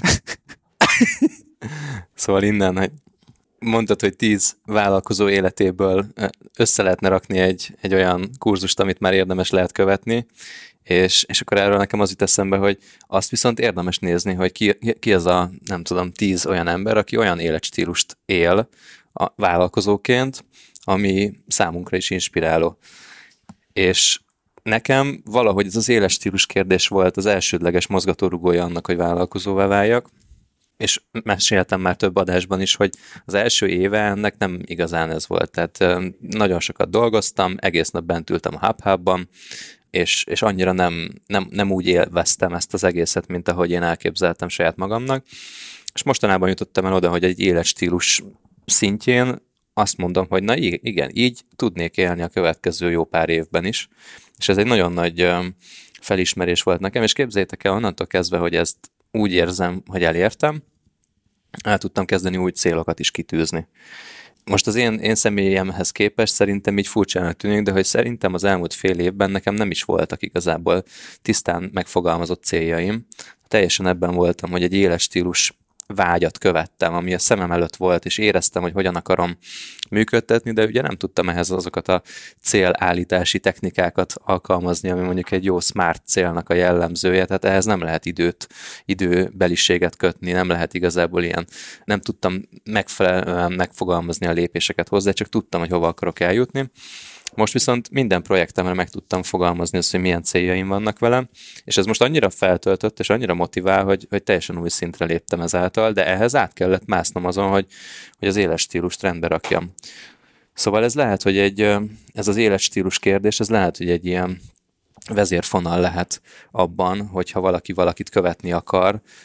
Speaker 1: Szóval innen, hogy mondtad, hogy tíz vállalkozó életéből össze lehetne rakni egy, egy olyan kurzust, amit már érdemes lehet követni, és, és akkor erről nekem az jut eszembe, hogy azt viszont érdemes nézni, hogy ki, ki az a, nem tudom, tíz olyan ember, aki olyan életstílust él a vállalkozóként, ami számunkra is inspiráló. És nekem valahogy ez az életstílus kérdés volt az elsődleges mozgatórugója annak, hogy vállalkozóvá váljak, és meséltem már több adásban is, hogy az első éve ennek nem igazán ez volt. Tehát nagyon sokat dolgoztam, egész nap bent ültem a HubHub-ban, és, és annyira nem, nem, nem úgy élveztem ezt az egészet, mint ahogy én elképzeltem saját magamnak. És mostanában jutottam el oda, hogy egy életstílus szintjén azt mondom, hogy na igen, így tudnék élni a következő jó pár évben is. És ez egy nagyon nagy felismerés volt nekem, és képzeljétek el onnantól kezdve, hogy ezt úgy érzem, hogy elértem, el tudtam kezdeni új célokat is kitűzni. Most az én, én személyemhez képest szerintem így furcsának tűnik, de hogy szerintem az elmúlt fél évben nekem nem is voltak igazából tisztán megfogalmazott céljaim. Teljesen ebben voltam, hogy egy életstílus vágyat követtem, ami a szemem előtt volt, és éreztem, hogy hogyan akarom működtetni, de ugye nem tudtam ehhez azokat a célállítási technikákat alkalmazni, ami mondjuk egy jó smart célnak a jellemzője, tehát ehhez nem lehet időt, időbeliséget kötni, nem lehet igazából ilyen, nem tudtam megfelelően megfogalmazni a lépéseket hozzá, csak tudtam, hogy hova akarok eljutni. Most viszont minden projektemre meg tudtam fogalmazni azt, hogy milyen céljaim vannak velem, és ez most annyira feltöltött, és annyira motivál, hogy, hogy teljesen új szintre léptem ezáltal, de ehhez át kellett másznom azon, hogy, hogy az életstílust rendbe rakjam. Szóval ez lehet, hogy egy, ez az életstílus kérdés, ez lehet, hogy egy ilyen vezérfonal lehet abban, hogyha valaki valakit követni akar,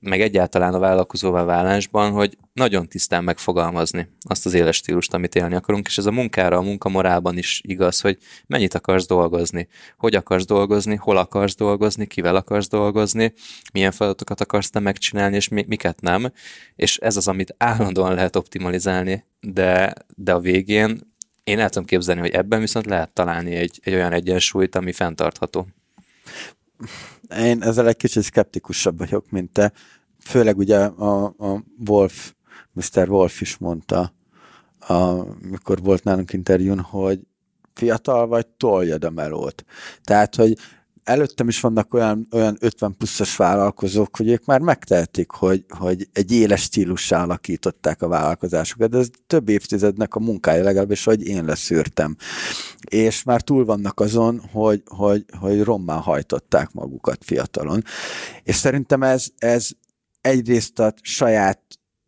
Speaker 1: meg egyáltalán a vállalkozóvá válásban, hogy nagyon tisztán megfogalmazni azt az éles stílust, amit élni akarunk, és ez a munkára, a munkamorálban is igaz, hogy mennyit akarsz dolgozni, hogy akarsz dolgozni, hol akarsz dolgozni, kivel akarsz dolgozni, milyen feladatokat akarsz te megcsinálni, és mi, miket nem, és ez az, amit állandóan lehet optimalizálni, de, de a végén én el tudom képzelni, hogy ebben viszont lehet találni egy, egy olyan egyensúlyt, ami fenntartható.
Speaker 3: Én ezzel egy kicsit szkeptikusabb vagyok, mint te. Főleg ugye a, a Wolf, miszter Wolf is mondta, amikor volt nálunk interjún, hogy fiatal vagy, toljad a melót. Tehát, hogy előttem is vannak olyan, olyan ötven pluszos vállalkozók, hogy ők már megtehetik, hogy, hogy egy éles stílussá alakították a vállalkozásukat, de ez több évtizednek a munkája, legalábbis, hogy én leszűrtem. És már túl vannak azon, hogy, hogy, hogy rommá hajtották magukat fiatalon. És szerintem ez, ez egyrészt a saját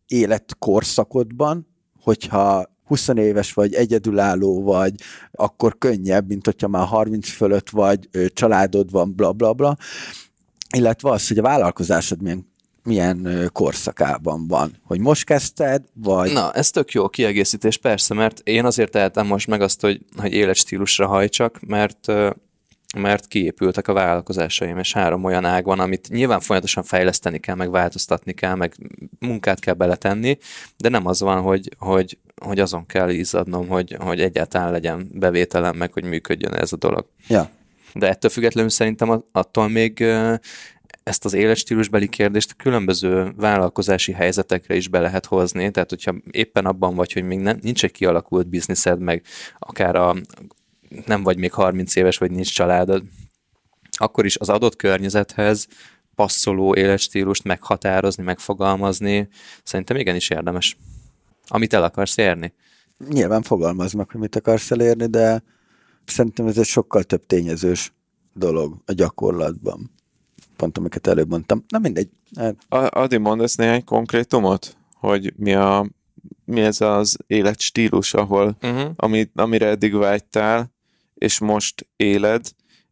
Speaker 3: életkorszakodban, hogyha húsz éves vagy, egyedülálló vagy, akkor könnyebb, mint hogyha már harminc fölött vagy, családod van, bla bla bla. Illetve az, hogy a vállalkozásod milyen, milyen korszakában van. Hogy most kezdted, vagy...
Speaker 1: Na, ez tök jó kiegészítés, persze, mert én azért tehetem most meg azt, hogy, hogy életstílusra hajtsak, mert mert kiépültek a vállalkozásaim, és három olyan ág van, amit nyilván folyamatosan fejleszteni kell, meg változtatni kell, meg munkát kell beletenni, de nem az van, hogy, hogy, hogy azon kell izzadnom, hogy, hogy egyáltalán legyen bevételem, meg hogy működjön ez a dolog.
Speaker 3: Ja.
Speaker 1: De ettől függetlenül szerintem attól még ezt az életstílusbeli kérdést a különböző vállalkozási helyzetekre is be lehet hozni, tehát hogyha éppen abban vagy, hogy még nem, nincs egy kialakult bizniszed, meg akár a nem vagy még harminc éves, vagy nincs családod, akkor is az adott környezethez passzoló életstílust meghatározni, megfogalmazni, szerintem igenis érdemes. Amit el akarsz érni.
Speaker 3: Nyilván fogalmazd meg, hogy mit akarsz elérni, de szerintem ez egy sokkal több tényezős dolog a gyakorlatban. Pont amiket előbb mondtam. Na mindegy.
Speaker 2: Adi, mondasz néhány konkrétumot? Hogy mi a mi ez az életstílus, ahol, uh-huh. ami, amire eddig vágytál, és most éled,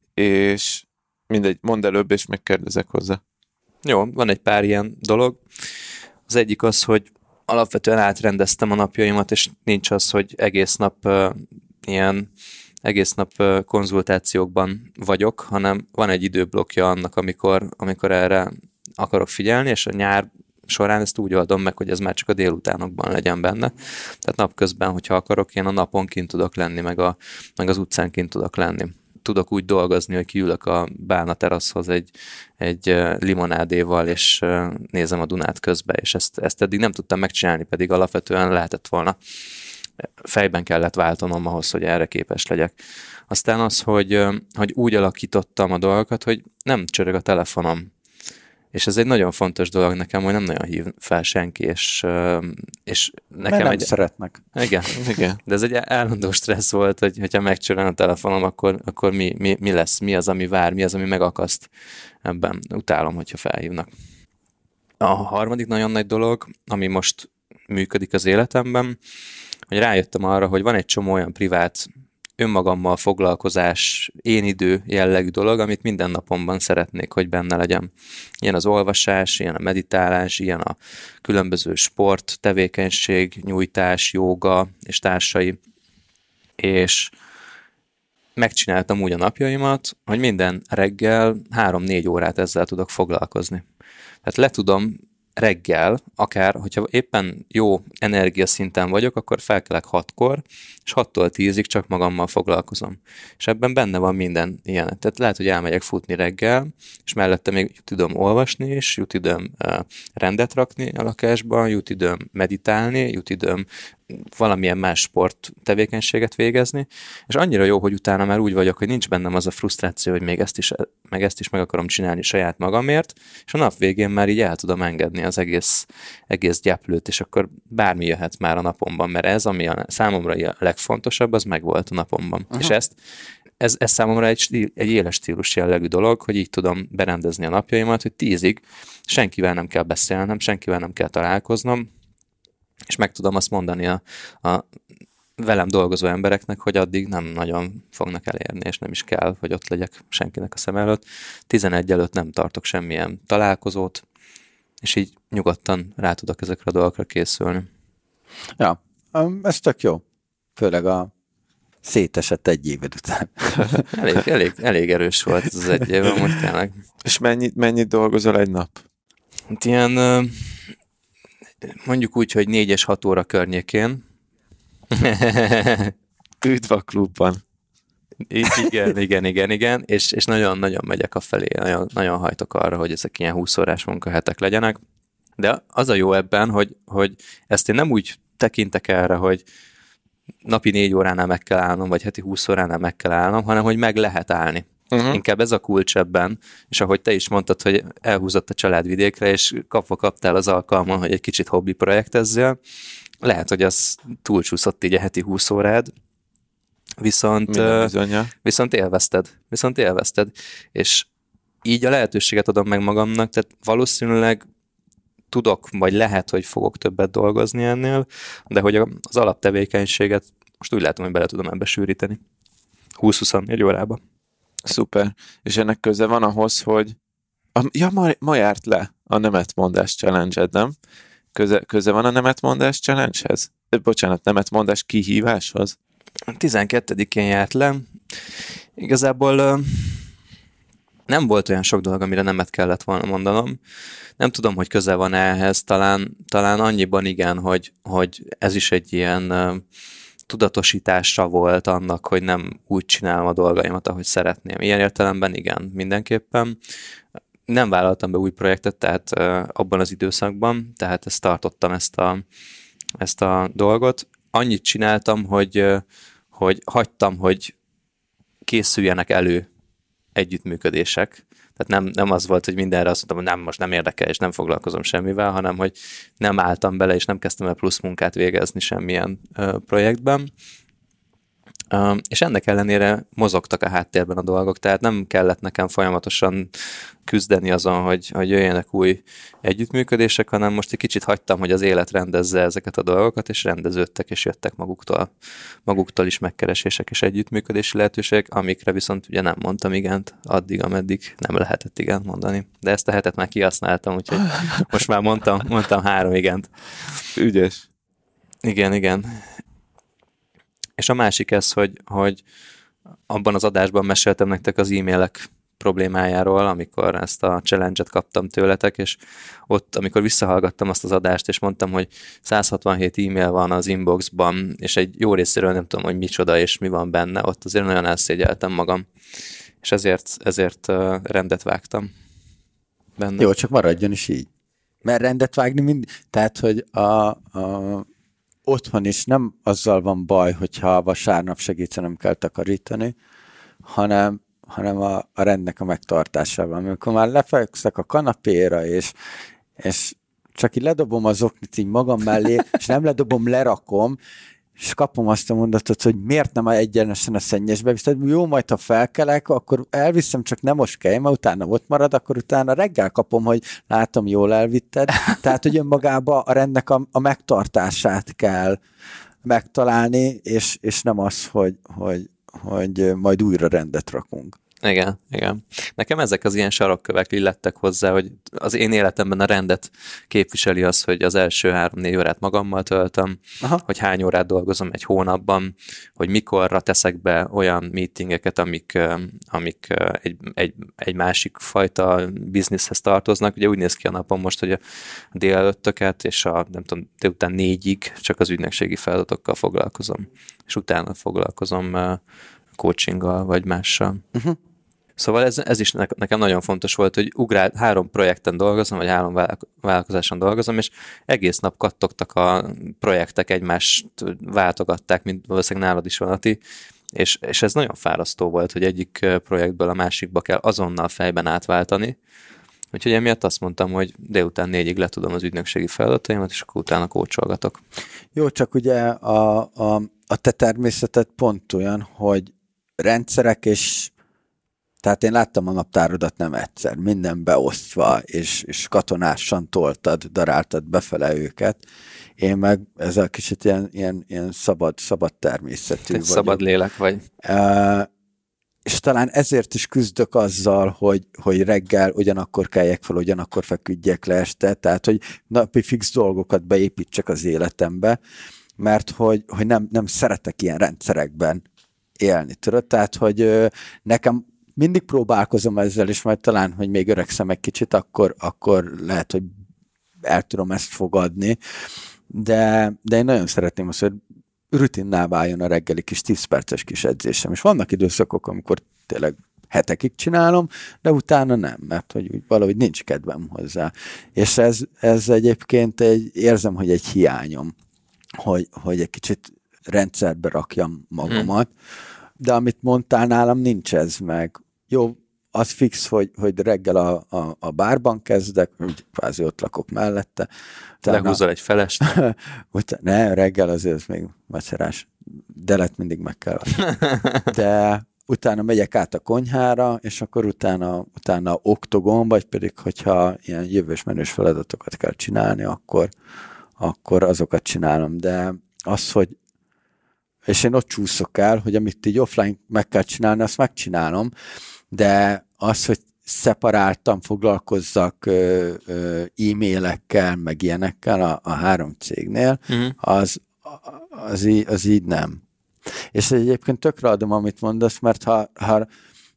Speaker 2: és mindegy, mondd előbb, és megkérdezek hozzá.
Speaker 1: Jó, van egy pár ilyen dolog. Az egyik az, hogy alapvetően átrendeztem a napjaimat, és nincs az, hogy egész nap uh, ilyen egész nap uh, konzultációkban vagyok, hanem van egy időblokkja annak, amikor, amikor erre akarok figyelni, és a nyár során ezt úgy oldom meg, hogy ez már csak a délutánokban legyen benne. Tehát napközben, hogyha akarok, én a napon kint tudok lenni, meg, a, meg az utcán kint tudok lenni. Tudok úgy dolgozni, hogy kiülök a Bálna teraszhoz egy, egy limonádéval, és nézem a Dunát közbe, és ezt, ezt eddig nem tudtam megcsinálni, pedig alapvetően lehetett volna. Fejben kellett váltanom ahhoz, hogy erre képes legyek. Aztán az, hogy, hogy úgy alakítottam a dolgokat, hogy nem csörög a telefonom. És ez egy nagyon fontos dolog nekem, hogy nem nagyon hív fel senki, és, és nekem
Speaker 3: Mert nem
Speaker 1: egy...
Speaker 3: szeretnek.
Speaker 1: Igen, igen, de ez egy állandó stressz volt, hogy hogyha megcsörön a telefonom, akkor, akkor mi, mi, mi lesz, mi az, ami vár, mi az, ami megakaszt ebben. Utálom, hogyha felhívnak. A harmadik nagyon nagy dolog, ami most működik az életemben, hogy rájöttem arra, hogy van egy csomó olyan privát önmagammal foglalkozás, én idő jellegű dolog, amit minden napomban szeretnék, hogy benne legyen. Ilyen az olvasás, ilyen a meditálás, ilyen a különböző sport, tevékenység, nyújtás, jóga és társai. És megcsináltam úgy a napjaimat, hogy minden reggel három-négy órát ezzel tudok foglalkozni. Tehát le tudom reggel, akár, hogyha éppen jó energiaszinten vagyok, akkor felkelek hatkor, és hattól tízig csak magammal foglalkozom. És ebben benne van minden ilyen. Tehát lehet, hogy elmegyek futni reggel, és mellette még jut időm olvasni, és jut időm uh, rendet rakni a lakásban, jut időm meditálni, jut időm valamilyen más sport tevékenységet végezni, és annyira jó, hogy utána már úgy vagyok, hogy nincs bennem az a frusztráció, hogy még ezt is meg, ezt is meg akarom csinálni saját magamért, és a nap végén már így el tudom engedni az egész, egész gyeplőt, és akkor bármi jöhet már a napomban, mert ez, ami a számomra a legfontosabb, az megvolt a napomban. Aha. És ezt ez, ez számomra egy, stíl, egy éles stílus jellegű dolog, hogy így tudom berendezni a napjaimat, hogy tízig senkivel nem kell beszélnem, senkivel nem kell találkoznom, és meg tudom azt mondani a, a velem dolgozó embereknek, hogy addig nem nagyon fognak elérni, és nem is kell, hogy ott legyek senkinek a szem előtt. tizenegy előtt nem tartok semmilyen találkozót, és így nyugodtan rá tudok ezekre a dolgokra készülni.
Speaker 3: Ja, ez tök jó. Főleg a szétesett egy évad után.
Speaker 1: elég, elég, elég erős volt ez az egy év, most tényleg.
Speaker 2: És mennyit, mennyit dolgozol egy nap?
Speaker 1: Hát ilyen mondjuk úgy, hogy négy és hat óra környékén.
Speaker 2: Üdv a klubban.
Speaker 1: Igen, igen, igen, igen, és, és nagyon-nagyon megyek a felé, nagyon, nagyon hajtok arra, hogy ezek ilyen húsz órás munkahetek legyenek, de az a jó ebben, hogy, hogy ezt én nem úgy tekintek erre, hogy napi négy óránál meg kell állnom, vagy heti húsz óránál meg kell állnom, hanem hogy meg lehet állni. Uh-huh. Inkább ez a kulcs ebben, és ahogy te is mondtad, hogy elhúzott a család vidékre, és kapva kaptál az alkalmon, hogy egy kicsit hobbi projektezzél, lehet, hogy az túlcsúszott így a heti húsz órád, viszont, viszont élvezted, viszont élvezted, és így a lehetőséget adom meg magamnak, tehát valószínűleg tudok, vagy lehet, hogy fogok többet dolgozni ennél, de hogy az alaptevékenységet most úgy látom, hogy bele tudom ebbe sűríteni. húsz-huszonnégy órába.
Speaker 2: Szuper. És ennek köze van ahhoz, hogy a, ja, ma, ma járt le a nemetmondás challenge-ed, nem? Köze, köze van a nemetmondás challenge-hez? Bocsánat, nemetmondás kihíváshoz?
Speaker 1: tizenkettedikén járt le. Igazából nem volt olyan sok dolog, amire nemet kellett volna mondanom. Nem tudom, hogy köze van ehhez, talán, talán annyiban igen, hogy, hogy ez is egy ilyen uh, tudatosítása volt annak, hogy nem úgy csinálom a dolgaimat, ahogy szeretném. Ilyen értelemben igen, mindenképpen. Nem vállaltam be új projektet, tehát uh, abban az időszakban, tehát ezt tartottam ezt a, ezt a dolgot. Annyit csináltam, hogy, uh, hogy hagytam, hogy készüljenek elő együttműködések. Tehát nem, nem az volt, hogy mindenre azt mondtam, hogy nem, most nem érdekel, és nem foglalkozom semmivel, hanem hogy nem álltam bele, és nem kezdtem el plusz munkát végezni semmilyen uh, projektben. Uh, és ennek ellenére mozogtak a háttérben a dolgok, tehát nem kellett nekem folyamatosan küzdeni azon, hogy, hogy jöjjenek új együttműködések, hanem most egy kicsit hagytam, hogy az élet rendezze ezeket a dolgokat, és rendeződtek, és jöttek maguktól, maguktól is megkeresések és együttműködési lehetőségek, amikre viszont ugye nem mondtam igent, addig, ameddig nem lehetett igent mondani. De ezt a hetet már kihasználtam, úgyhogy most már mondtam, mondtam három igent.
Speaker 2: Ügyes.
Speaker 1: Igen, igen. És a másik ez, hogy, hogy abban az adásban meséltem nektek az e-mailek problémájáról, amikor ezt a challenge-et kaptam tőletek, és ott, amikor visszahallgattam azt az adást, és mondtam, hogy száz hatvanhét e-mail van az inboxban, és egy jó részéről nem tudom, hogy micsoda és mi van benne, ott azért nagyon elszégyeltem magam, és ezért, ezért rendet vágtam benne.
Speaker 3: Jó, csak maradjon is így. Mert rendet vágni mind... Tehát, hogy a... a... otthon is nem azzal van baj, hogyha vasárnap segítenem kell takarítani, hanem, hanem a, a rendnek a megtartásával. Amikor már lefekszek a kanapéra, és, és csak így ledobom az oknit így magam mellé, és nem ledobom, lerakom, és kapom azt a mondatot, hogy miért nem egyenesen a szennyesbe viszed, jó, majd ha felkelek, akkor elviszem, csak nem most kell, mert utána ott marad, akkor utána reggel kapom, hogy látom, jól elvitted. Tehát, hogy önmagában a rendnek a, a megtartását kell megtalálni, és, és nem az, hogy, hogy, hogy majd újra rendet rakunk.
Speaker 1: Igen, igen. Nekem ezek az ilyen sarokkövek illettek hozzá, hogy az én életemben a rendet képviseli az, hogy az első három-négy órát magammal töltöm, aha, hogy hány órát dolgozom egy hónapban, hogy mikorra teszek be olyan meetingeket, amik, amik egy, egy, egy másik fajta bizniszhez tartoznak. Ugye úgy néz ki a napom most, hogy a délelőttöket és a nem tudom, délután négyig csak az ügynökségi feladatokkal foglalkozom, és utána foglalkozom coachinggal vagy mással. Uh-huh. Szóval ez, ez is nekem nagyon fontos volt, hogy ugrál, három projekten dolgozom, vagy három vállalkozáson dolgozom, és egész nap kattogtak a projektek, egymást váltogatták, mint valószínűleg nálad is van, Ati, és, és ez nagyon fárasztó volt, hogy egyik projektből a másikba kell azonnal fejben átváltani. Úgyhogy emiatt azt mondtam, hogy délután négyig letudom az ügynökségi feladataimat, és akkor utána kócsolgatok.
Speaker 3: Jó, csak ugye a, a, a te természeted pont olyan, hogy rendszerek, és tehát én láttam a naptárodat nem egyszer, minden beosztva, és, és katonásan toltad, daráltad befele őket. Én meg ezzel kicsit ilyen, ilyen, ilyen szabad, szabad természetű vagyok.
Speaker 1: Szabad lélek vagy.
Speaker 3: Uh, és talán ezért is küzdök azzal, hogy, hogy reggel ugyanakkor keljek fel, ugyanakkor feküdjek le este, tehát hogy napi fix dolgokat beépítsek az életembe, mert hogy, hogy nem, nem szeretek ilyen rendszerekben élni, tudod? Tehát, hogy ö, nekem mindig próbálkozom ezzel, és majd talán, hogy még öregszem egy kicsit, akkor, akkor lehet, hogy el tudom ezt fogadni, de, de én nagyon szeretném azt, hogy rutinná váljon a reggeli kis tíz perces kis edzésem, és vannak időszakok, amikor tényleg hetekig csinálom, de utána nem, mert hogy úgy valahogy nincs kedvem hozzá. És ez, ez egyébként egy, érzem, hogy egy hiányom, hogy, hogy egy kicsit rendszerbe rakjam magamat, hmm. de amit mondtál, nálam nincs ez meg. Jó, az fix, hogy, hogy reggel a, a, a bárban kezdek, úgy kvázi ott lakok mellette.
Speaker 1: Utána, lehúzol egy felest?
Speaker 3: Utána, ne, reggel azért az még macerás. Delet mindig meg kell. De utána megyek át a konyhára, és akkor utána, utána oktogon, vagy pedig, hogyha ilyen jövős menős feladatokat kell csinálni, akkor, akkor azokat csinálom. De az, hogy és én ott csúszok el, hogy amit így offline meg kell csinálni, azt megcsinálom, de az, hogy szeparáltan foglalkozzak ö, ö, e-mailekkel, meg ilyenekkel a, a három cégnél, uh-huh. az, az, í, az így nem. És egyébként tökre adom, amit mondasz, mert ha, ha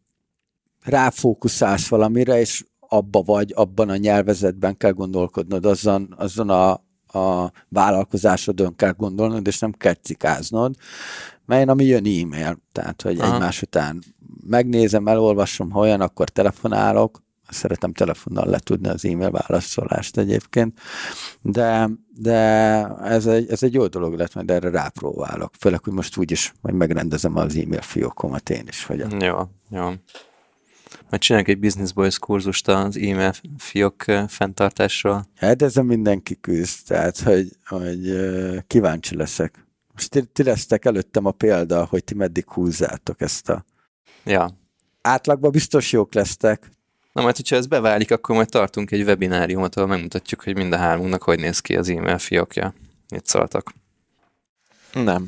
Speaker 3: ráfókuszálsz valamire, és abba vagy, abban a nyelvezetben kell gondolkodnod, azon, azon a, a vállalkozásodon kell gondolnod, és nem kell cikáznod, mert ami jön e-mail, tehát, hogy Aha. egymás után megnézem, elolvasom, ha olyan, akkor telefonálok, szeretem telefonnal letudni az e-mail válaszolást egyébként, de, de ez, egy, ez egy jó dolog lett, majd erre rápróbálok, főleg, hogy most úgyis majd megrendezem az e-mail fiókomat én is. Vagy
Speaker 1: jó, jó. Majd csináljuk egy Business Boys kurzust az e-mail fiók fenntartásról.
Speaker 3: Hát ezen mindenki küzd, tehát, hogy, hogy kíváncsi leszek. Most ti, ti lesztek előttem a példa, hogy ti meddig húzzátok ezt a...
Speaker 1: Ja.
Speaker 3: Átlagban biztos jók lesztek.
Speaker 1: Na majd, hogyha ez beválik, akkor majd tartunk egy webináriumot, ahol megmutatjuk, hogy mind a hármunknak hogy néz ki az e-mail fiókja. Mit szóltak?
Speaker 2: Nem.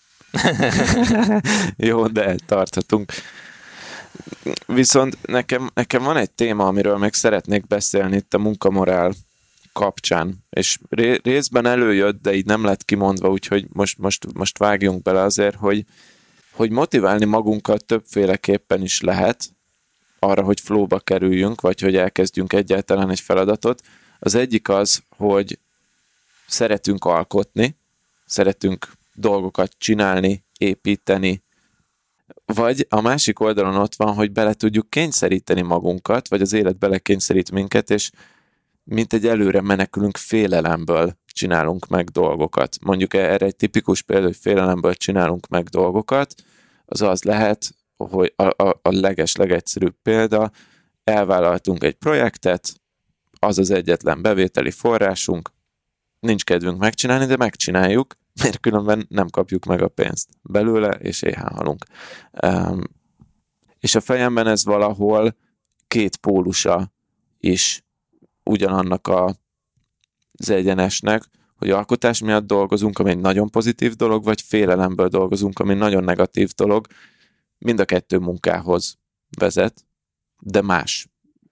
Speaker 2: Jó, de tarthatunk. Viszont nekem, nekem van egy téma, amiről meg szeretnék beszélni itt a munkamorál kapcsán, és ré, részben előjött, de így nem lett kimondva, úgyhogy most, most, most vágjunk bele azért, hogy, hogy motiválni magunkat többféleképpen is lehet arra, hogy flowba kerüljünk, vagy hogy elkezdjünk egyáltalán egy feladatot. Az egyik az, hogy szeretünk alkotni, szeretünk dolgokat csinálni, építeni, vagy a másik oldalon ott van, hogy bele tudjuk kényszeríteni magunkat, vagy az élet belekényszerít minket, és mint egy előre menekülünk félelemből csinálunk meg dolgokat. Mondjuk erre egy tipikus példa, hogy félelemből csinálunk meg dolgokat, az az lehet, hogy a, a, a leges-legegyszerűbb példa, elvállaltunk egy projektet, az az egyetlen bevételi forrásunk, nincs kedvünk megcsinálni, de megcsináljuk, mert különben nem kapjuk meg a pénzt belőle, és éhen halunk. Um, és a fejemben ez valahol két pólusa is ugyanannak a, az egyenesnek, hogy alkotás miatt dolgozunk, ami egy nagyon pozitív dolog, vagy félelemből dolgozunk, ami nagyon negatív dolog. Mind a kettő munkához vezet, de más.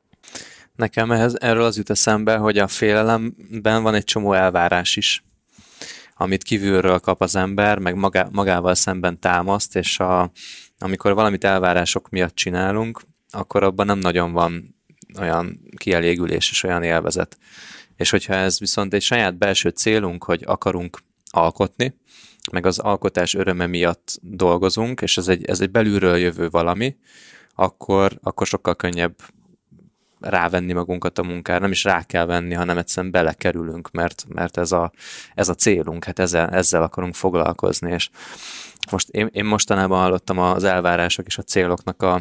Speaker 1: Nekem ehhez, erről az jut eszembe, hogy a félelemben van egy csomó elvárás is, amit kívülről kap az ember, meg magá, magával szemben támaszt, és a, amikor valamit elvárások miatt csinálunk, akkor abban nem nagyon van olyan kielégülés és olyan élvezet. És hogyha ez viszont egy saját belső célunk, hogy akarunk alkotni, meg az alkotás öröme miatt dolgozunk, és ez egy, ez egy belülről jövő valami, akkor, akkor sokkal könnyebb rávenni magunkat a munkára, nem is rá kell venni, hanem egyszerűen belekerülünk, mert, mert ez, a, ez a célunk, hát ezzel, ezzel akarunk foglalkozni, és most én, én mostanában hallottam az elvárások és a céloknak a,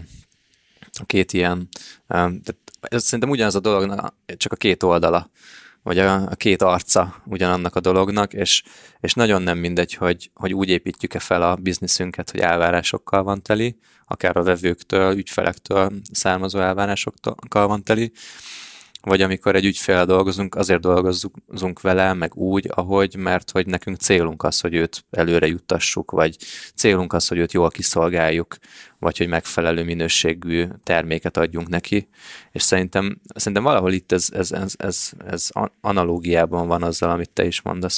Speaker 1: a két ilyen, tehát ez szerintem ugyanaz a dolog, csak a két oldala, vagy a, a két arca ugyanannak a dolognak, és, és nagyon nem mindegy, hogy, hogy úgy építjük-e fel a bizniszünket, hogy elvárásokkal van teli, akár a vevőktől, ügyfelektől származó elvárásokkal van teli, vagy amikor egy ügyféllel dolgozunk, azért dolgozzunk vele, meg úgy, ahogy, mert hogy nekünk célunk az, hogy őt előre juttassuk, vagy célunk az, hogy őt jól kiszolgáljuk, vagy hogy megfelelő minőségű terméket adjunk neki, és szerintem, szerintem valahol itt ez, ez, ez, ez, ez analógiában van azzal, amit te is mondasz.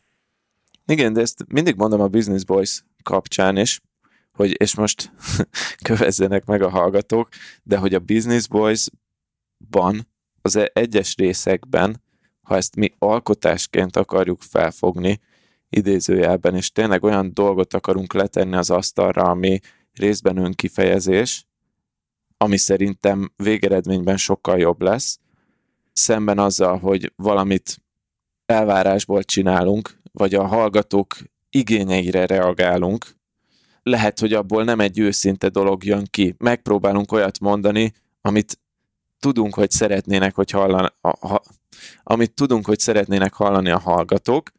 Speaker 2: Igen, de ezt mindig mondom a Business Boys kapcsán is, hogy, és most kövezzenek meg a hallgatók, de hogy a Business Boys-ban, az egyes részekben, ha ezt mi alkotásként akarjuk felfogni, idézőjelben, és tényleg olyan dolgot akarunk letenni az asztalra, ami részben önkifejezés, ami szerintem végeredményben sokkal jobb lesz, szemben azzal, hogy valamit elvárásból csinálunk, vagy a hallgatók igényeire reagálunk, lehet, hogy abból nem egy őszinte dolog jön ki. Megpróbálunk olyat mondani, amit tudunk, hogy szeretnének, hogy hallani, ha, amit tudunk, hogy szeretnének hallani a hallgatók,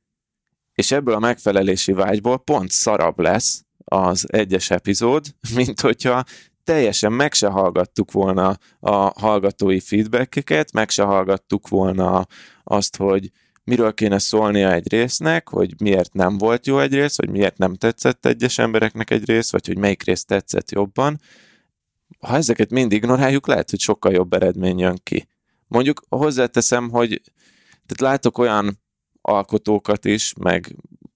Speaker 2: és ebből a megfelelési vágyból pont szarabb lesz az egyes epizód, mint hogyha teljesen meg se hallgattuk volna a hallgatói feedbackeket, meg se hallgattuk volna azt, hogy miről kéne szólnia egy résznek, hogy miért nem volt jó egy rész, vagy miért nem tetszett egyes embereknek egy rész, vagy hogy melyik rész tetszett jobban. Ha ezeket mind ignoráljuk, lehet, hogy sokkal jobb eredmény jön ki. Mondjuk hozzáteszem, hogy tehát látok olyan alkotókat is, meg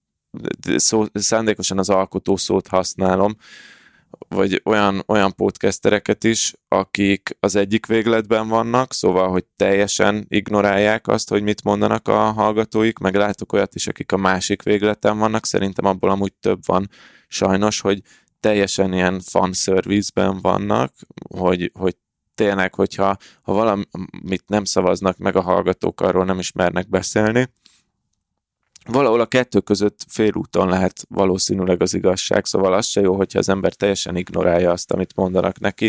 Speaker 2: szó, szándékosan az alkotó szót használom, vagy olyan, olyan podcastereket is, akik az egyik végletben vannak, szóval, hogy teljesen ignorálják azt, hogy mit mondanak a hallgatóik, meg látok olyat is, akik a másik végleten vannak, szerintem abból amúgy több van sajnos, hogy teljesen ilyen fanservice-ben vannak, hogy, hogy tényleg, hogyha ha valamit nem szavaznak meg a hallgatók, arról nem is mernek beszélni. Valahol a kettő között félúton lehet valószínűleg az igazság, szóval az se jó, hogyha az ember teljesen ignorálja azt, amit mondanak neki,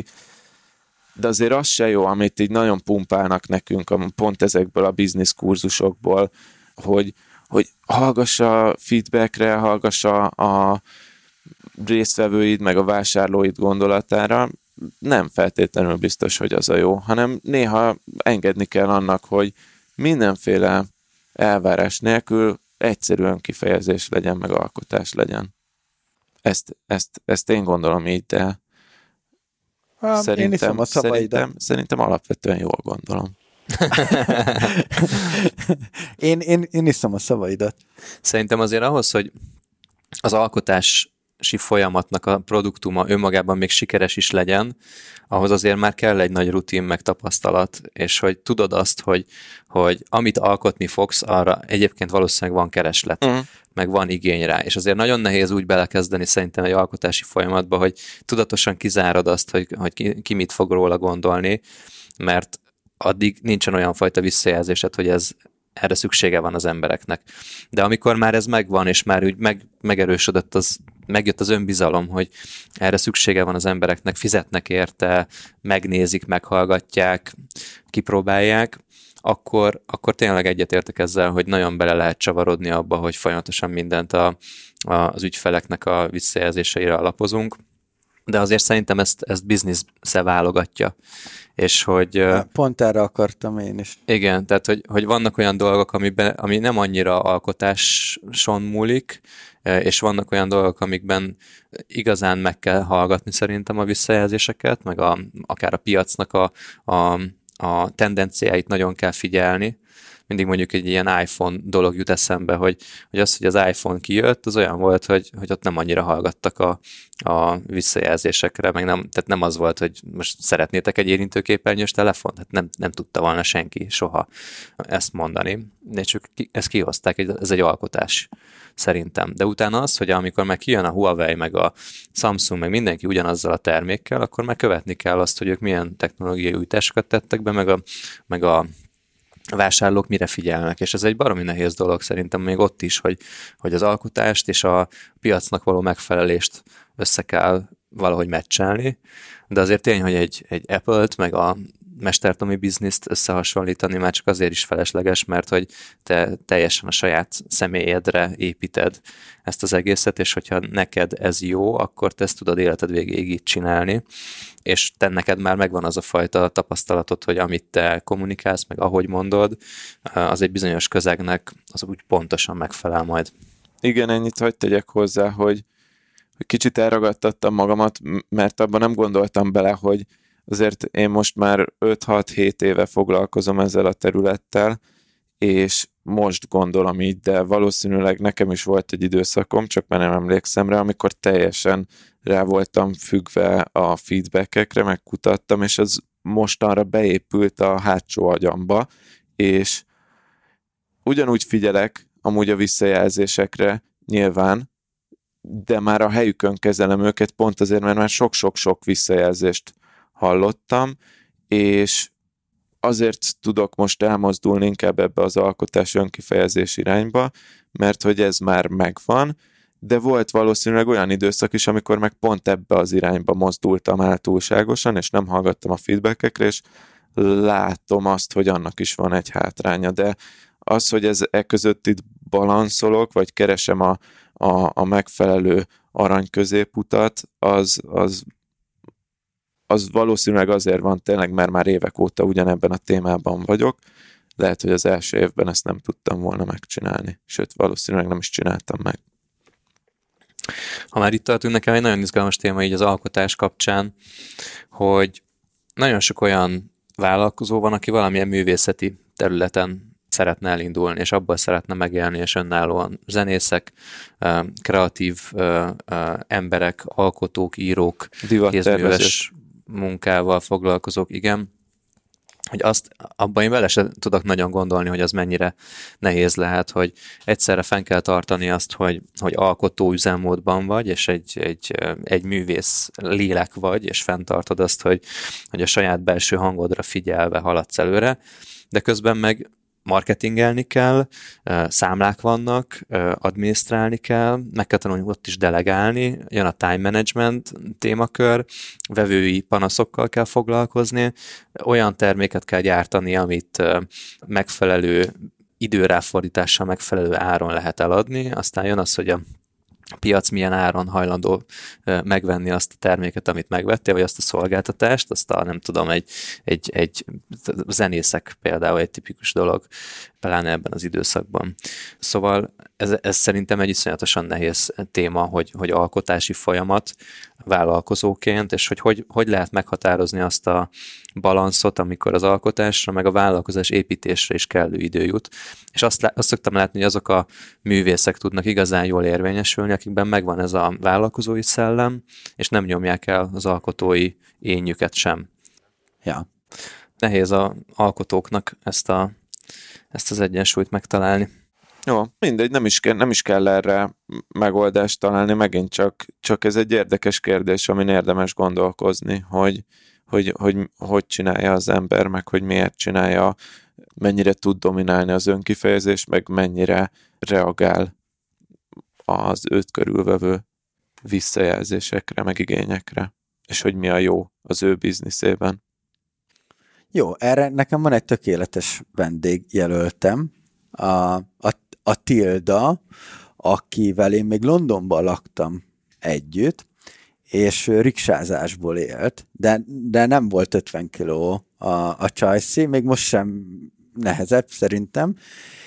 Speaker 2: de azért az se jó, amit így nagyon pumpálnak nekünk, pont ezekből a business kurzusokból, hogy, hogy hallgassa feedbackre, hallgassa a résztvevőid, meg a vásárlóid gondolatára, nem feltétlenül biztos, hogy az a jó, hanem néha engedni kell annak, hogy mindenféle elvárás nélkül egyszerűen kifejezés legyen, meg alkotás legyen. Ezt, ezt, ezt én gondolom így, de
Speaker 3: ha,
Speaker 2: szerintem,
Speaker 3: én iszom a
Speaker 2: szerintem, szerintem alapvetően jól gondolom.
Speaker 3: én, én, én iszom a szavaidat.
Speaker 1: Szerintem azért ahhoz, hogy az alkotási folyamatnak a produktuma önmagában még sikeres is legyen, ahhoz azért már kell egy nagy rutin, meg tapasztalat, és hogy tudod azt, hogy, hogy amit alkotni fogsz, arra egyébként valószínűleg van kereslet, uh-huh. meg van igény rá, és azért nagyon nehéz úgy belekezdeni szerintem egy alkotási folyamatba, hogy tudatosan kizárod azt, hogy, hogy ki, ki mit fog róla gondolni, mert addig nincsen olyan fajta visszajelzésed, hogy ez erre szüksége van az embereknek. De amikor már ez megvan, és már úgy meg, megerősödött az, megjött az önbizalom, hogy erre szüksége van az embereknek, fizetnek érte, megnézik, meghallgatják, kipróbálják, akkor, akkor tényleg egyetértek ezzel, hogy nagyon bele lehet csavarodni abba, hogy folyamatosan mindent a, a, az ügyfeleknek a visszajelzéseire alapozunk. De azért szerintem ezt, ezt bizniszre válogatja. És hogy...
Speaker 3: Pont erre akartam én is.
Speaker 1: Igen, tehát hogy, hogy vannak olyan dolgok, amiben, ami nem annyira alkotáson múlik, és vannak olyan dolgok, amikben igazán meg kell hallgatni szerintem a visszajelzéseket, meg a, akár a piacnak a, a, a tendenciáit nagyon kell figyelni. Mindig mondjuk egy ilyen iPhone dolog jut eszembe, hogy, hogy az, hogy az iPhone kijött, az olyan volt, hogy, hogy ott nem annyira hallgattak a, a visszajelzésekre, meg nem, tehát nem az volt, hogy most szeretnétek egy érintőképernyős telefont? Hát nem, nem tudta volna senki soha ezt mondani. De csak ezt kihozták, ez egy alkotás szerintem. De utána az, hogy amikor meg kijön a Huawei, meg a Samsung, meg mindenki ugyanazzal a termékkel, akkor meg követni kell azt, hogy ők milyen technológiai újításokat tettek be, meg a, meg a a vásárlók mire figyelnek, és ez egy baromi nehéz dolog szerintem még ott is, hogy, hogy az alkotást és a piacnak való megfelelést össze kell valahogy meccselni, de azért tény, hogy egy, egy Apple-t, meg a mestertomi bizniszt összehasonlítani már csak azért is felesleges, mert hogy te teljesen a saját személyedre építed ezt az egészet, és hogyha neked ez jó, akkor te ezt tudod életed végéig így csinálni, és te neked már megvan az a fajta tapasztalatod, hogy amit te kommunikálsz, meg ahogy mondod, az egy bizonyos közegnek az úgy pontosan megfelel majd.
Speaker 2: Igen, ennyit hadd tegyek hozzá, hogy, hogy kicsit elragadtattam magamat, mert abban nem gondoltam bele, hogy azért én most már öt-hat-hét éve foglalkozom ezzel a területtel, és most gondolom így, de valószínűleg nekem is volt egy időszakom, csak már nem emlékszem rá, amikor teljesen rá voltam függve a feedbackekre, megkutattam, és ez mostanra beépült a hátsó agyamba, és ugyanúgy figyelek amúgy a visszajelzésekre nyilván, de már a helyükön kezelem őket, pont azért, mert már sok-sok-sok visszajelzést hallottam, és azért tudok most elmozdulni inkább ebbe az alkotás önkifejezés irányba, mert hogy ez már megvan, de volt valószínűleg olyan időszak is, amikor meg pont ebbe az irányba mozdultam el túlságosan, és nem hallgattam a feedbackekre, és látom azt, hogy annak is van egy hátránya, de az, hogy ez e között itt balanszolok, vagy keresem a, a, a megfelelő arany középutat, az, az, az valószínűleg azért van tényleg, mert már évek óta ugyanebben a témában vagyok. Lehet, hogy az első évben ezt nem tudtam volna megcsinálni, sőt, valószínűleg nem is csináltam meg.
Speaker 1: Ha már itt tartunk, nekem egy nagyon izgalmas téma így az alkotás kapcsán, hogy nagyon sok olyan vállalkozó van, aki valamilyen művészeti területen szeretne elindulni, és abból szeretne megélni, és önállóan zenészek, kreatív emberek, alkotók, írók, kézműves munkával foglalkozók, igen, hogy azt, abban én vele sem tudok nagyon gondolni, hogy az mennyire nehéz lehet, hogy egyszerre fenn kell tartani azt, hogy, hogy alkotó üzemmódban vagy, és egy, egy, egy művész lélek vagy, és fenntartod azt, hogy, hogy a saját belső hangodra figyelve haladsz előre, de közben meg marketingelni kell, számlák vannak, adminisztrálni kell, meg kell tanulni ott is delegálni, jön a time management témakör, vevői panaszokkal kell foglalkozni, olyan terméket kell gyártani, amit megfelelő időráfordítással, megfelelő áron lehet eladni, aztán jön az, hogy a piac milyen áron hajlandó megvenni azt a terméket, amit megvettél, vagy azt a szolgáltatást, azt a, nem tudom, egy, egy, egy zenészek például egy tipikus dolog, pláne ebben az időszakban. Szóval ez, ez szerintem egy iszonyatosan nehéz téma, hogy, hogy alkotási folyamat vállalkozóként, és hogy, hogy hogy lehet meghatározni azt a balanszot, amikor az alkotásra, meg a vállalkozás építésre is kellő idő jut. És azt, azt szoktam látni, hogy azok a művészek tudnak igazán jól érvényesülni, akikben megvan ez a vállalkozói szellem, és nem nyomják el az alkotói énjüket sem.
Speaker 3: Ja.
Speaker 1: Nehéz az alkotóknak ezt, a, ezt az egyensúlyt megtalálni.
Speaker 2: Jó, mindegy, nem is, kell, nem is kell erre megoldást találni, megint csak, csak ez egy érdekes kérdés, amin érdemes gondolkozni, hogy hogy, hogy hogy csinálja az ember, meg hogy miért csinálja, mennyire tud dominálni az önkifejezés, meg mennyire reagál az őt körülvevő visszajelzésekre, meg igényekre, és hogy mi a jó az ő bizniszében.
Speaker 3: Jó, erre nekem van egy tökéletes vendégjelöltem, a, a, a Tilda, akivel én még Londonban laktam együtt, és riksázásból élt, de, de nem volt ötven kiló a, a csajszi, még most sem nehezebb szerintem,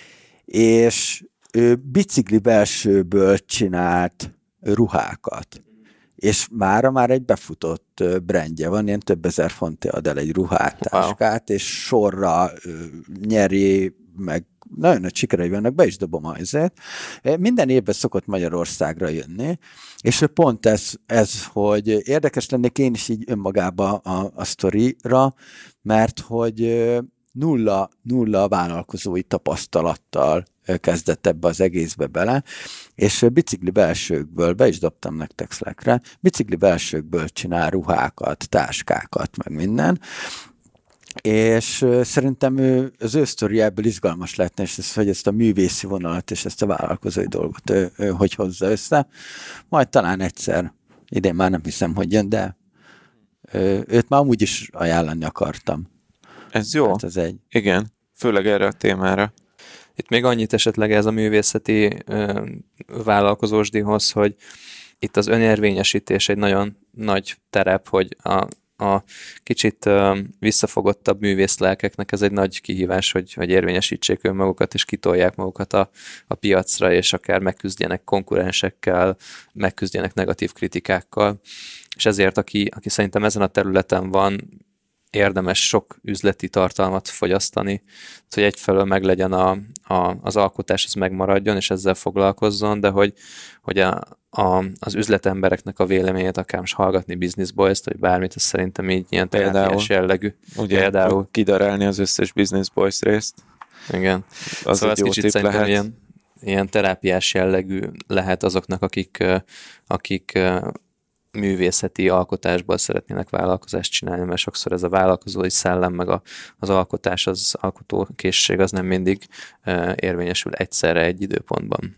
Speaker 3: és ő bicikli belsőből csinált ruhákat, és mára már egy befutott brandje van, ilyen több ezer fontért ad el egy ruhát, táskát, wow. És sorra nyeri, meg nagyon nagy sikerei vannak, be is dobom a helyzet. Minden évben szokott Magyarországra jönni, és pont ez, ez, hogy érdekes lennék én is így önmagába a, a sztorira, mert hogy nulla, nulla vállalkozói tapasztalattal kezdett ebbe az egészbe bele, és bicikli belsőkből, be is dobtam nektek Slackre, bicikli belsőkből csinál ruhákat, táskákat, meg minden, és szerintem ő, az ő sztori ebből izgalmas lehetne, és ez, hogy ezt a művészi vonalat és ezt a vállalkozói dolgot ő, ő, hogy hozza össze. Majd talán egyszer, idén már nem hiszem, hogy jön, de ő, őt már amúgy is ajánlani akartam.
Speaker 2: Ez jó.
Speaker 3: Hát ez egy.
Speaker 2: Igen, főleg erre a témára.
Speaker 1: Itt még annyit esetleg ez a művészeti ö, vállalkozósdihoz, hogy itt az önérvényesítés egy nagyon nagy terep, hogy a, a kicsit ö, visszafogottabb művészlelkeknek ez egy nagy kihívás, hogy, hogy érvényesítsék önmagukat, és kitolják magukat a, a piacra, és akár megküzdjenek konkurensekkel, megküzdjenek negatív kritikákkal. És ezért, aki, aki szerintem ezen a területen van, érdemes sok üzleti tartalmat fogyasztani, hogy egyfelől meglegyen a, a, az alkotás, az megmaradjon, és ezzel foglalkozzon, de hogy, hogy a, a, az üzletembereknek a véleményét akár most hallgatni Business Boys-t, vagy bármit, ez szerintem így ilyen terápiás jellegű.
Speaker 2: Ugye, például kidarálni az összes Business Boys részt.
Speaker 1: Igen.
Speaker 2: Az
Speaker 1: szóval
Speaker 2: egy jó
Speaker 1: kicsit
Speaker 2: tipp
Speaker 1: szerintem
Speaker 2: lehet.
Speaker 1: Ilyen, ilyen terápiás jellegű lehet azoknak, akik, akik művészeti alkotásból szeretnének vállalkozást csinálni, mert sokszor ez a vállalkozói szellem, meg a, az alkotás, az alkotókészség az nem mindig uh, érvényesül egyszerre egy időpontban.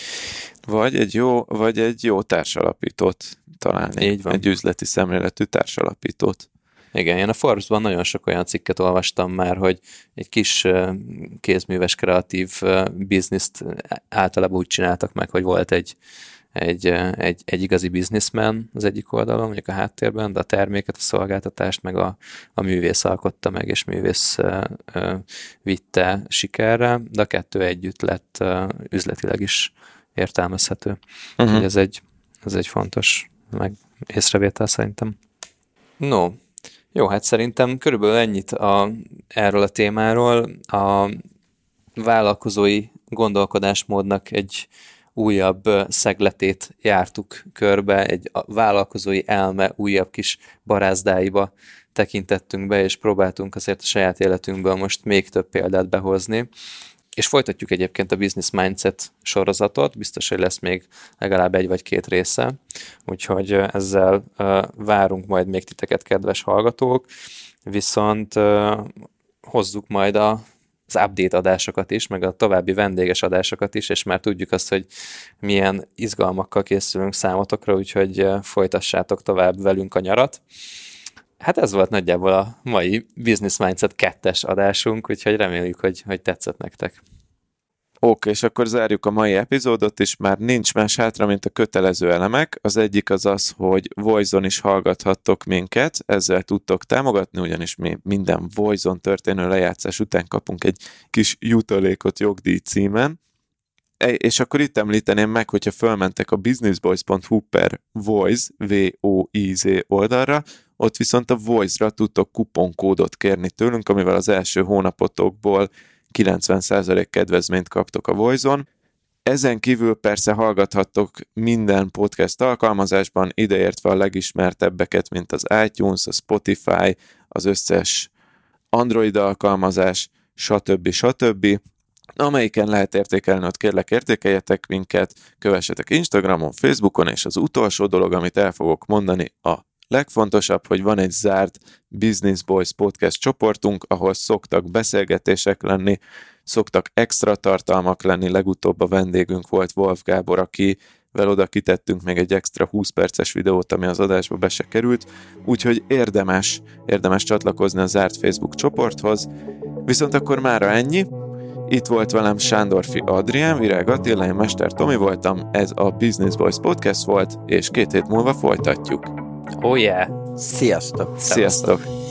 Speaker 2: Vagy egy jó, vagy egy jó társalapítót találni.
Speaker 1: Így van.
Speaker 2: Egy üzleti szemléletű társalapítót.
Speaker 1: Igen, én a Forbes-ban nagyon sok olyan cikket olvastam már, hogy egy kis uh, kézműves kreatív uh, bizniszt általában úgy csináltak meg, hogy volt egy Egy, egy, egy igazi businessman az egyik oldalon, mondjuk a háttérben, de a terméket, a szolgáltatást meg a, a művész alkotta meg, és művész uh, uh, vitte sikerre, de a kettő együtt lett uh, üzletileg is értelmezhető. Uh-huh. Ez egy, ez egy fontos meg észrevétel szerintem. No, jó, hát szerintem körülbelül ennyit a, erről a témáról. A vállalkozói gondolkodásmódnak egy újabb szegletét jártuk körbe, egy vállalkozói elme újabb kis barázdáiba tekintettünk be, és próbáltunk azért a saját életünkből most még több példát behozni. És folytatjuk egyébként a Business Mindset sorozatot, biztos, hogy lesz még legalább egy vagy két része, úgyhogy ezzel várunk majd még titeket, kedves hallgatók, viszont hozzuk majd a az update adásokat is, meg a további vendéges adásokat is, és már tudjuk azt, hogy milyen izgalmakkal készülünk számotokra, úgyhogy folytassátok tovább velünk a nyarat. Hát ez volt nagyjából a mai Business Mindset kettes adásunk, úgyhogy reméljük, hogy, hogy tetszett nektek.
Speaker 2: Oké, és akkor zárjuk a mai epizódot, és már nincs más hátra, mint a kötelező elemek. Az egyik az az, hogy Voice-on is hallgathattok minket, ezzel tudtok támogatni, ugyanis mi minden Voice-on történő lejátszás után kapunk egy kis jutalékot jogdíj címen. És akkor itt említeném meg, hogyha fölmentek a businessboys pont hu per voice, V O I Z oldalra, ott viszont a Voice-ra tudtok kuponkódot kérni tőlünk, amivel az első hónapotokból kilencven százalék kedvezményt kaptok a Voice-on. Ezen kívül persze hallgathattok minden podcast alkalmazásban, ideértve a legismertebbeket, mint az iTunes, a Spotify, az összes Android alkalmazás, stb. stb. Amelyiken lehet értékelni, ott kérlek értékeljetek minket, kövessetek Instagramon, Facebookon, és az utolsó dolog, amit el fogok mondani, a legfontosabb, hogy van egy zárt Business Boys podcast csoportunk, ahol szoktak beszélgetések lenni, szoktak extra tartalmak lenni, legutóbb a vendégünk volt Wolf Gábor, akivel oda kitettünk még egy extra húsz perces videót, ami az adásba be se került, úgyhogy érdemes, érdemes csatlakozni a zárt Facebook csoporthoz. Viszont akkor mára ennyi. Itt volt velem Sándorfi Adrián, Virág Attila, én Mester Tomi voltam, ez a Business Boys podcast volt, és két hét múlva folytatjuk.
Speaker 1: Oh yeah!
Speaker 3: Sziasztok!
Speaker 2: Sziasztok!